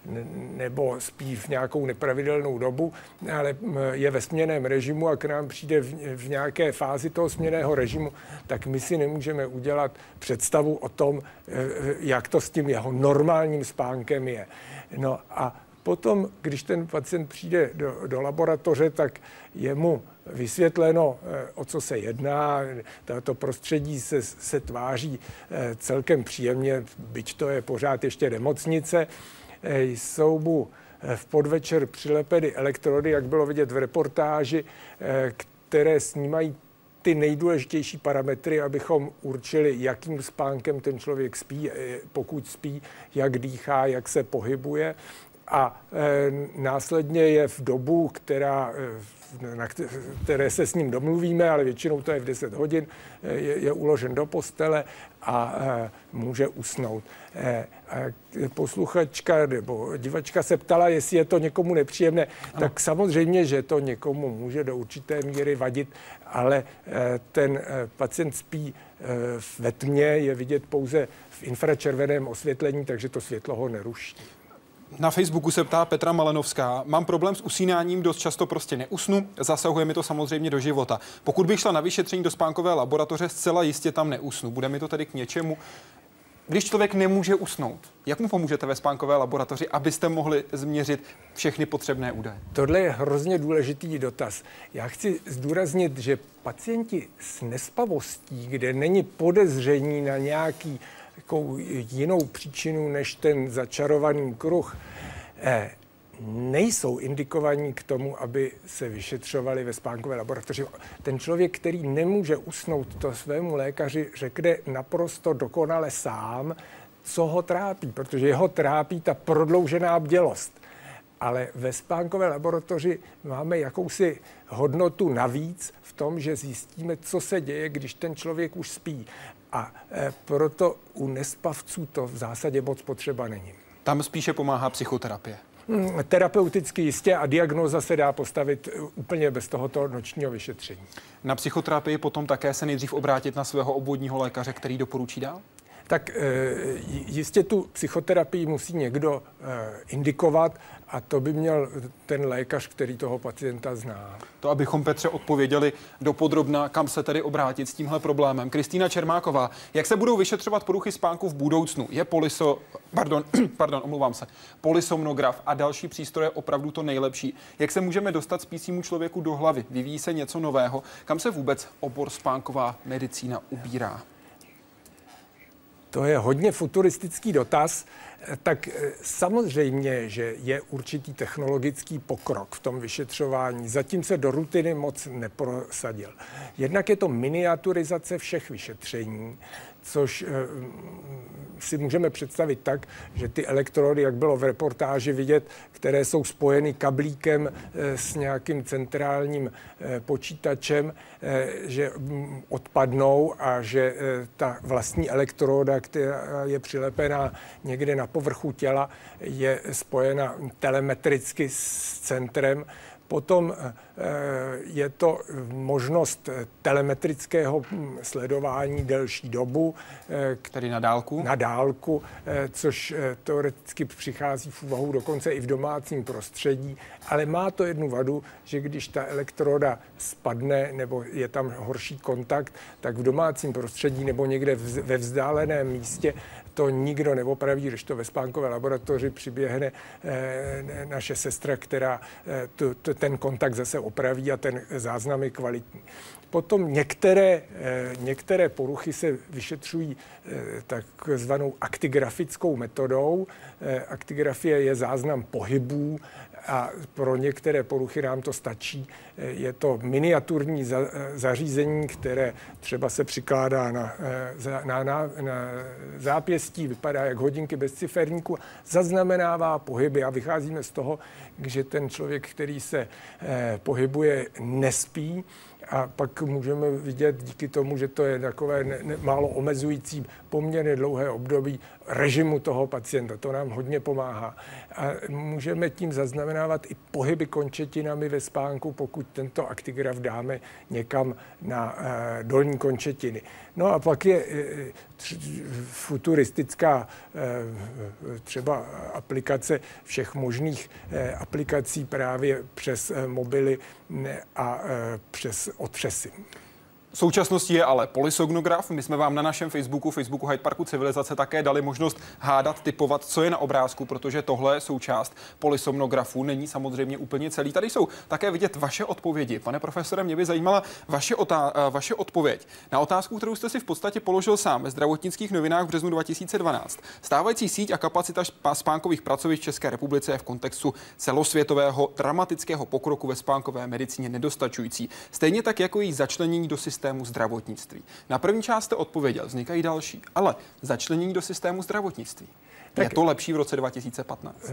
Speaker 2: nebo spí v nějakou nepravidelnou dobu, ale je ve směnném režimu a k nám přijde v nějaké fázi toho směnného režimu, tak my si nemůžeme udělat představu o tom, jak to s tím jeho normálním spánkem je. No a potom, když ten pacient přijde do laboratoře, tak je mu vysvětleno, o co se jedná. To prostředí se tváří celkem příjemně, byť to je pořád ještě nemocnice. Jsou mu v podvečer přilepeny elektrody, jak bylo vidět v reportáži, které snímají ty nejdůležitější parametry, abychom určili, jakým spánkem ten člověk spí, pokud spí, jak dýchá, jak se pohybuje. A následně je v dobu, na které se s ním domluvíme, ale většinou to je v 10 hodin, je uložen do postele a může usnout. Posluchačka nebo divačka se ptala, jestli je to někomu nepříjemné. Ano. Tak samozřejmě, že to někomu může do určité míry vadit, ale ten pacient spí ve tmě, je vidět pouze v infračerveném osvětlení, takže to světlo ho neruší.
Speaker 1: Na Facebooku se ptá Petra Malenovská. Mám problém s usínáním, dost často prostě neusnu, zasahuje mi to samozřejmě do života. Pokud bych šla na vyšetření do spánkové laboratoře, zcela jistě tam neusnu. Bude mi to tedy k něčemu? Když člověk nemůže usnout, jak mu pomůžete ve spánkové laboratoři, abyste mohli změřit všechny potřebné údaje?
Speaker 2: Tohle je hrozně důležitý dotaz. Já chci zdůraznit, že pacienti s nespavostí, kde není podezření na nějaký jinou příčinu než ten začarovaný kruh, nejsou indikovaní k tomu, aby se vyšetřovali ve spánkové laboratoři. Ten člověk, který nemůže usnout, to svému lékaři řekne naprosto dokonale sám, co ho trápí, protože jeho trápí ta prodloužená bdělost. Ale ve spánkové laboratoři máme jakousi hodnotu navíc v tom, že zjistíme, co se děje, když ten člověk už spí. A proto u nespavců to v zásadě moc potřeba není.
Speaker 1: Tam spíše pomáhá psychoterapie.
Speaker 2: Terapeuticky jistě a diagnóza se dá postavit úplně bez tohoto nočního vyšetření.
Speaker 1: Na psychoterapii potom také se nejdřív obrátit na svého obvodního lékaře, který doporučí dál?
Speaker 2: Tak jistě tu psychoterapii musí někdo indikovat a to by měl ten lékař, který toho pacienta zná.
Speaker 1: To, abychom, Petře, odpověděli dopodrobna, kam se tedy obrátit s tímhle problémem. Kristýna Čermáková, jak se budou vyšetřovat poruchy spánku v budoucnu? Je polysomnograf a další přístroje opravdu to nejlepší? Jak se můžeme dostat spícímu člověku do hlavy? Vyvíjí se něco nového? Kam se vůbec obor spánková medicína ubírá?
Speaker 2: To je hodně futuristický dotaz. Tak samozřejmě, že je určitý technologický pokrok v tom vyšetřování. Zatím se do rutiny moc neprosadil. Jednak je to miniaturizace všech vyšetření, což si můžeme představit tak, že ty elektrody, jak bylo v reportáži vidět, které jsou spojeny kablíkem s nějakým centrálním počítačem, že odpadnou a že ta vlastní elektroda, která je přilepená někde na povrchu těla, je spojena telemetricky s centrem. Potom je to možnost telemetrického sledování delší dobu.
Speaker 1: Tedy na dálku?
Speaker 2: Na dálku, což teoreticky přichází v úvahu dokonce i v domácím prostředí. Ale má to jednu vadu, že když ta elektroda spadne nebo je tam horší kontakt, tak v domácím prostředí nebo někde ve vzdáleném místě to nikdo neopraví, když to ve spánkové laboratoři přiběhne naše sestra, která ten kontakt zase opraví a ten záznam je kvalitní. Potom některé poruchy se vyšetřují takzvanou aktigrafickou metodou. Aktigrafie je záznam pohybů a pro některé poruchy nám to stačí. Je to miniaturní zařízení, které třeba se přikládá na zápěstí, vypadá jak hodinky bez ciferníku, zaznamenává pohyby a vycházíme z toho, že ten člověk, který se pohybuje, nespí. A pak můžeme vidět díky tomu, že to je takové málo omezující poměrně dlouhé období režimu toho pacienta. To nám hodně pomáhá. A můžeme tím zaznamenávat i pohyby končetinami ve spánku, pokud tento aktigraf dáme někam na dolní končetiny. No a pak je futuristická třeba aplikace všech možných aplikací právě přes mobily a přes otřesy.
Speaker 1: V současnosti je ale polysomnograf. My jsme vám na našem Facebooku Hyde Parku Civilizace také dali možnost hádat, tipovat, co je na obrázku, protože tohle je součást polysomnografu, není samozřejmě úplně celý. Tady jsou také vidět vaše odpovědi. Pane profesore, mě by zajímala vaše odpověď na otázku, kterou jste si v podstatě položil sám ve Zdravotnických novinách v březnu 2012. Stávající síť a kapacita spánkových pracovišť v České republice je v kontextu celosvětového dramatického pokroku ve spánkové medicíně nedostačující. Stejně tak jako její začlenění do systému zdravotnictví. Na první část jste odpověděl, vznikají další, ale začlenění do systému zdravotnictví. Je to lepší v roce 2015?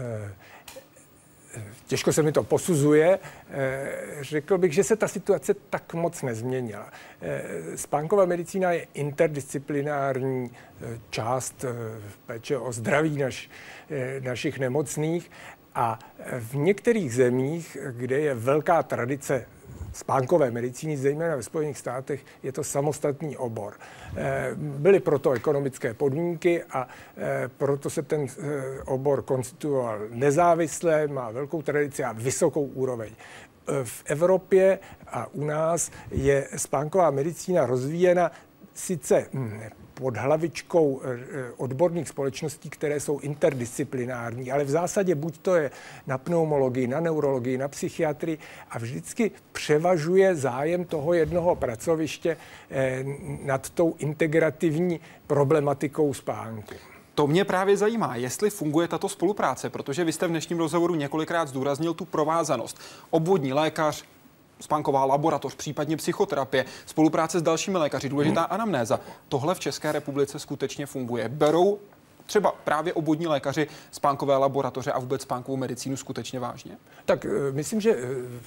Speaker 2: Těžko se mi to posuzuje. Řekl bych, že se ta situace tak moc nezměnila. Spánková medicína je interdisciplinární část péče o zdraví našich nemocných a v některých zemích, kde je velká tradice spánkové medicíny, zejména ve Spojených státech, je to samostatný obor. Byly proto ekonomické podmínky a proto se ten obor konstituoval nezávisle, má velkou tradici a vysokou úroveň. V Evropě a u nás je spánková medicína rozvíjena sice pod hlavičkou odborných společností, které jsou interdisciplinární, ale v zásadě buď to je na pneumologii, na neurologii, na psychiatrii a vždycky převažuje zájem toho jednoho pracoviště nad tou integrativní problematikou spánku.
Speaker 1: To mě právě zajímá, jestli funguje tato spolupráce, protože vy jste v dnešním rozhovoru několikrát zdůraznil tu provázanost. Obvodní lékař, spánková laboratoř, případně psychoterapie, spolupráce s dalšími lékaři, důležitá anamnéza. Tohle v České republice skutečně funguje. Berou třeba právě obvodní lékaři spánkové laboratoře a vůbec spánkovou medicínu skutečně vážně?
Speaker 2: Tak myslím, že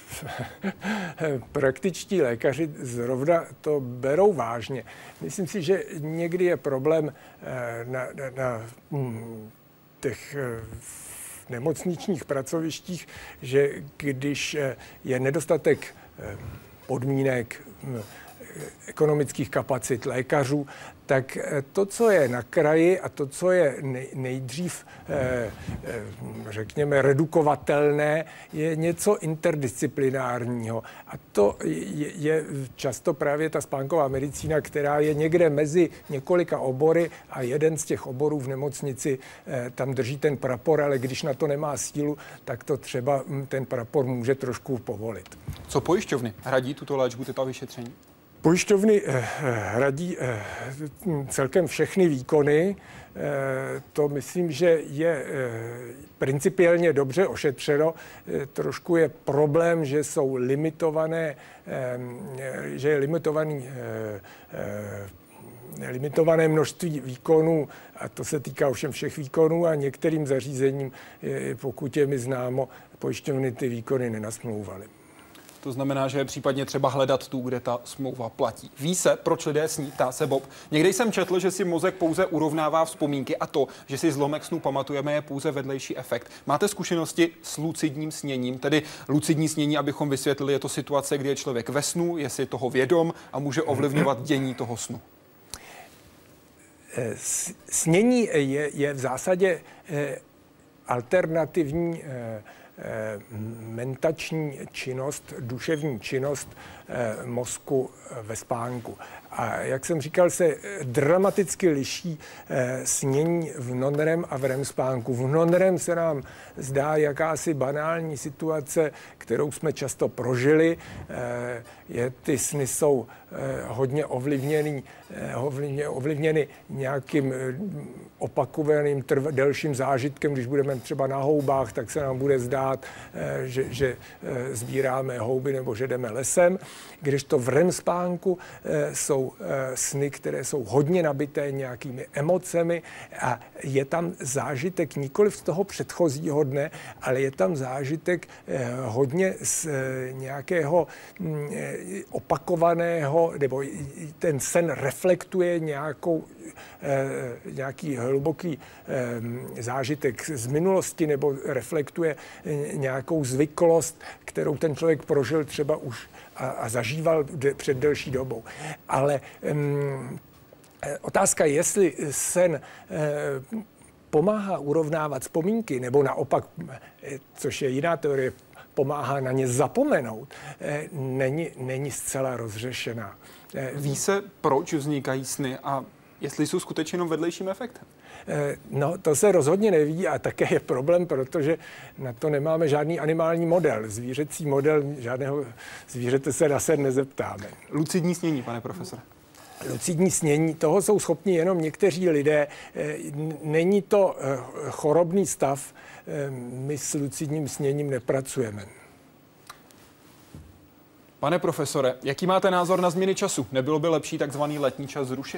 Speaker 2: praktičtí lékaři zrovna to berou vážně. Myslím si, že někdy je problém na těch nemocničních pracovištích, že když je nedostatek podmínek, ekonomických kapacit lékařů, tak to, co je na kraji a to, co je nejdřív, řekněme, redukovatelné, je něco interdisciplinárního. A to je často právě ta spánková medicína, která je někde mezi několika obory a jeden z těch oborů v nemocnici tam drží ten prapor, ale když na to nemá sílu, tak to třeba ten prapor může trošku povolit.
Speaker 1: Co pojišťovny hradí tuto léčbu, tyto vyšetření?
Speaker 2: Pojišťovny hradí celkem všechny výkony. To myslím, že je principiálně dobře ošetřeno. Trošku je problém, že jsou limitované, že je limitované množství výkonů, a to se týká ovšem všech výkonů, a některým zařízením, pokud je mi známo, pojišťovny ty výkony nenasmlouvaly.
Speaker 1: To znamená, že je případně třeba hledat tu, kde ta smlouva platí. Ví se, proč lidé sní, ptá se Bob. Někdy jsem četl, že si mozek pouze urovnává vzpomínky a to, že si zlomek snu pamatujeme, je pouze vedlejší efekt. Máte zkušenosti s lucidním sněním, tedy lucidní snění, abychom vysvětlili, je to situace, kdy je člověk ve snu, je si toho vědom a může ovlivňovat dění toho snu.
Speaker 2: Snění je v zásadě alternativní mentační činnost, duševní činnost mozku ve spánku. A jak jsem říkal, se dramaticky liší snění v non-REM a v REM spánku. V non-REM se nám zdá jakási banální situace, kterou jsme často prožili. Ty sny jsou hodně ovlivněny nějakým opakovaným delším zážitkem. Když budeme třeba na houbách, tak se nám bude zdát, že sbíráme houby nebo že jdeme lesem. Kdežto v REM spánku jsou sny, které jsou hodně nabité nějakými emocemi a je tam zážitek nikoli z toho předchozího dne, ale je tam zážitek hodně z nějakého opakovaného, nebo ten sen reflektuje nějaký hluboký zážitek z minulosti nebo reflektuje nějakou zvyklost, kterou ten člověk prožil třeba už a zažíval před delší dobou. Ale otázka, jestli sen pomáhá urovnávat vzpomínky, nebo naopak, což je jiná teorie, pomáhá na ně zapomenout, není zcela rozřešená.
Speaker 1: Ví se, proč vznikají sny a jestli jsou skutečně jenom vedlejším efektem?
Speaker 2: No, to se rozhodně neví a také je problém, protože na to nemáme žádný animální model. Zvířecí model, žádného zvířete se na sen nezeptáme.
Speaker 1: Lucidní snění, pane profesore.
Speaker 2: Lucidní snění, toho jsou schopni jenom někteří lidé. Není to chorobný stav, my s lucidním sněním nepracujeme.
Speaker 1: Pane profesore, jaký máte názor na změny času? Nebylo by lepší takzvaný letní čas zrušit?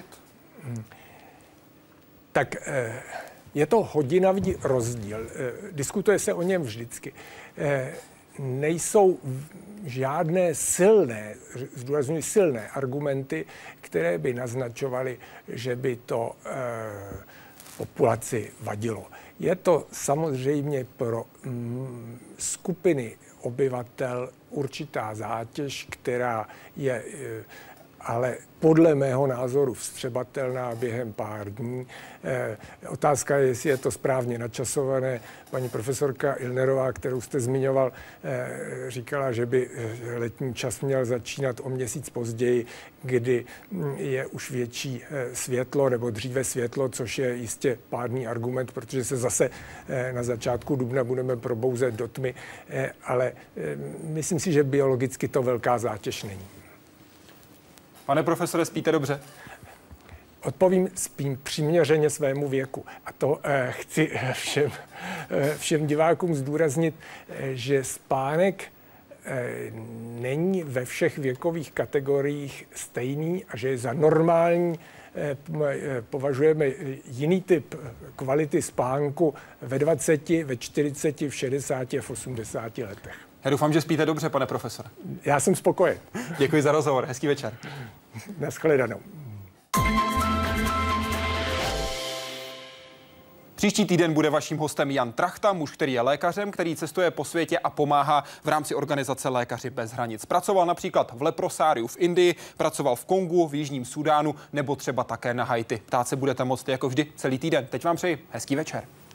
Speaker 2: Tak je to hodinavý rozdíl. Diskutuje se o něm vždycky. Nejsou žádné zdůrazňuji silné argumenty, které by naznačovaly, že by to populaci vadilo. Je to samozřejmě pro skupiny obyvatel určitá zátěž, která je ale podle mého názoru vstřebatelná během pár dní. Otázka je, jestli je to správně načasované. Paní profesorka Ilnerová, kterou jste zmiňoval, říkala, že by letní čas měl začínat o měsíc později, kdy je už větší světlo nebo dříve světlo, což je jistě pádný argument, protože se zase na začátku dubna budeme probouzet do tmy, ale myslím si, že biologicky to velká zátěž není.
Speaker 1: Pane profesore, spíte dobře?
Speaker 2: Odpovím spím přiměřeně svému věku. A to chci všem divákům zdůraznit, že spánek není ve všech věkových kategoriích stejný a že je za normální považujeme jiný typ kvality spánku ve 20, ve 40, v 60 a v 80 letech.
Speaker 1: Já doufám, že spíte dobře, pane profesore.
Speaker 2: Já jsem spokojen.
Speaker 1: Děkuji za rozhovor. Hezký večer.
Speaker 2: Naschledanou.
Speaker 1: Příští týden bude vaším hostem Jan Trachta, muž, který je lékařem, který cestuje po světě a pomáhá v rámci organizace Lékaři bez hranic. Pracoval například v leprosáriu v Indii, pracoval v Kongu, v Jižním Súdánu nebo třeba také na Haiti. Ptát se budete moct jako vždy celý týden. Teď vám přeji hezký večer.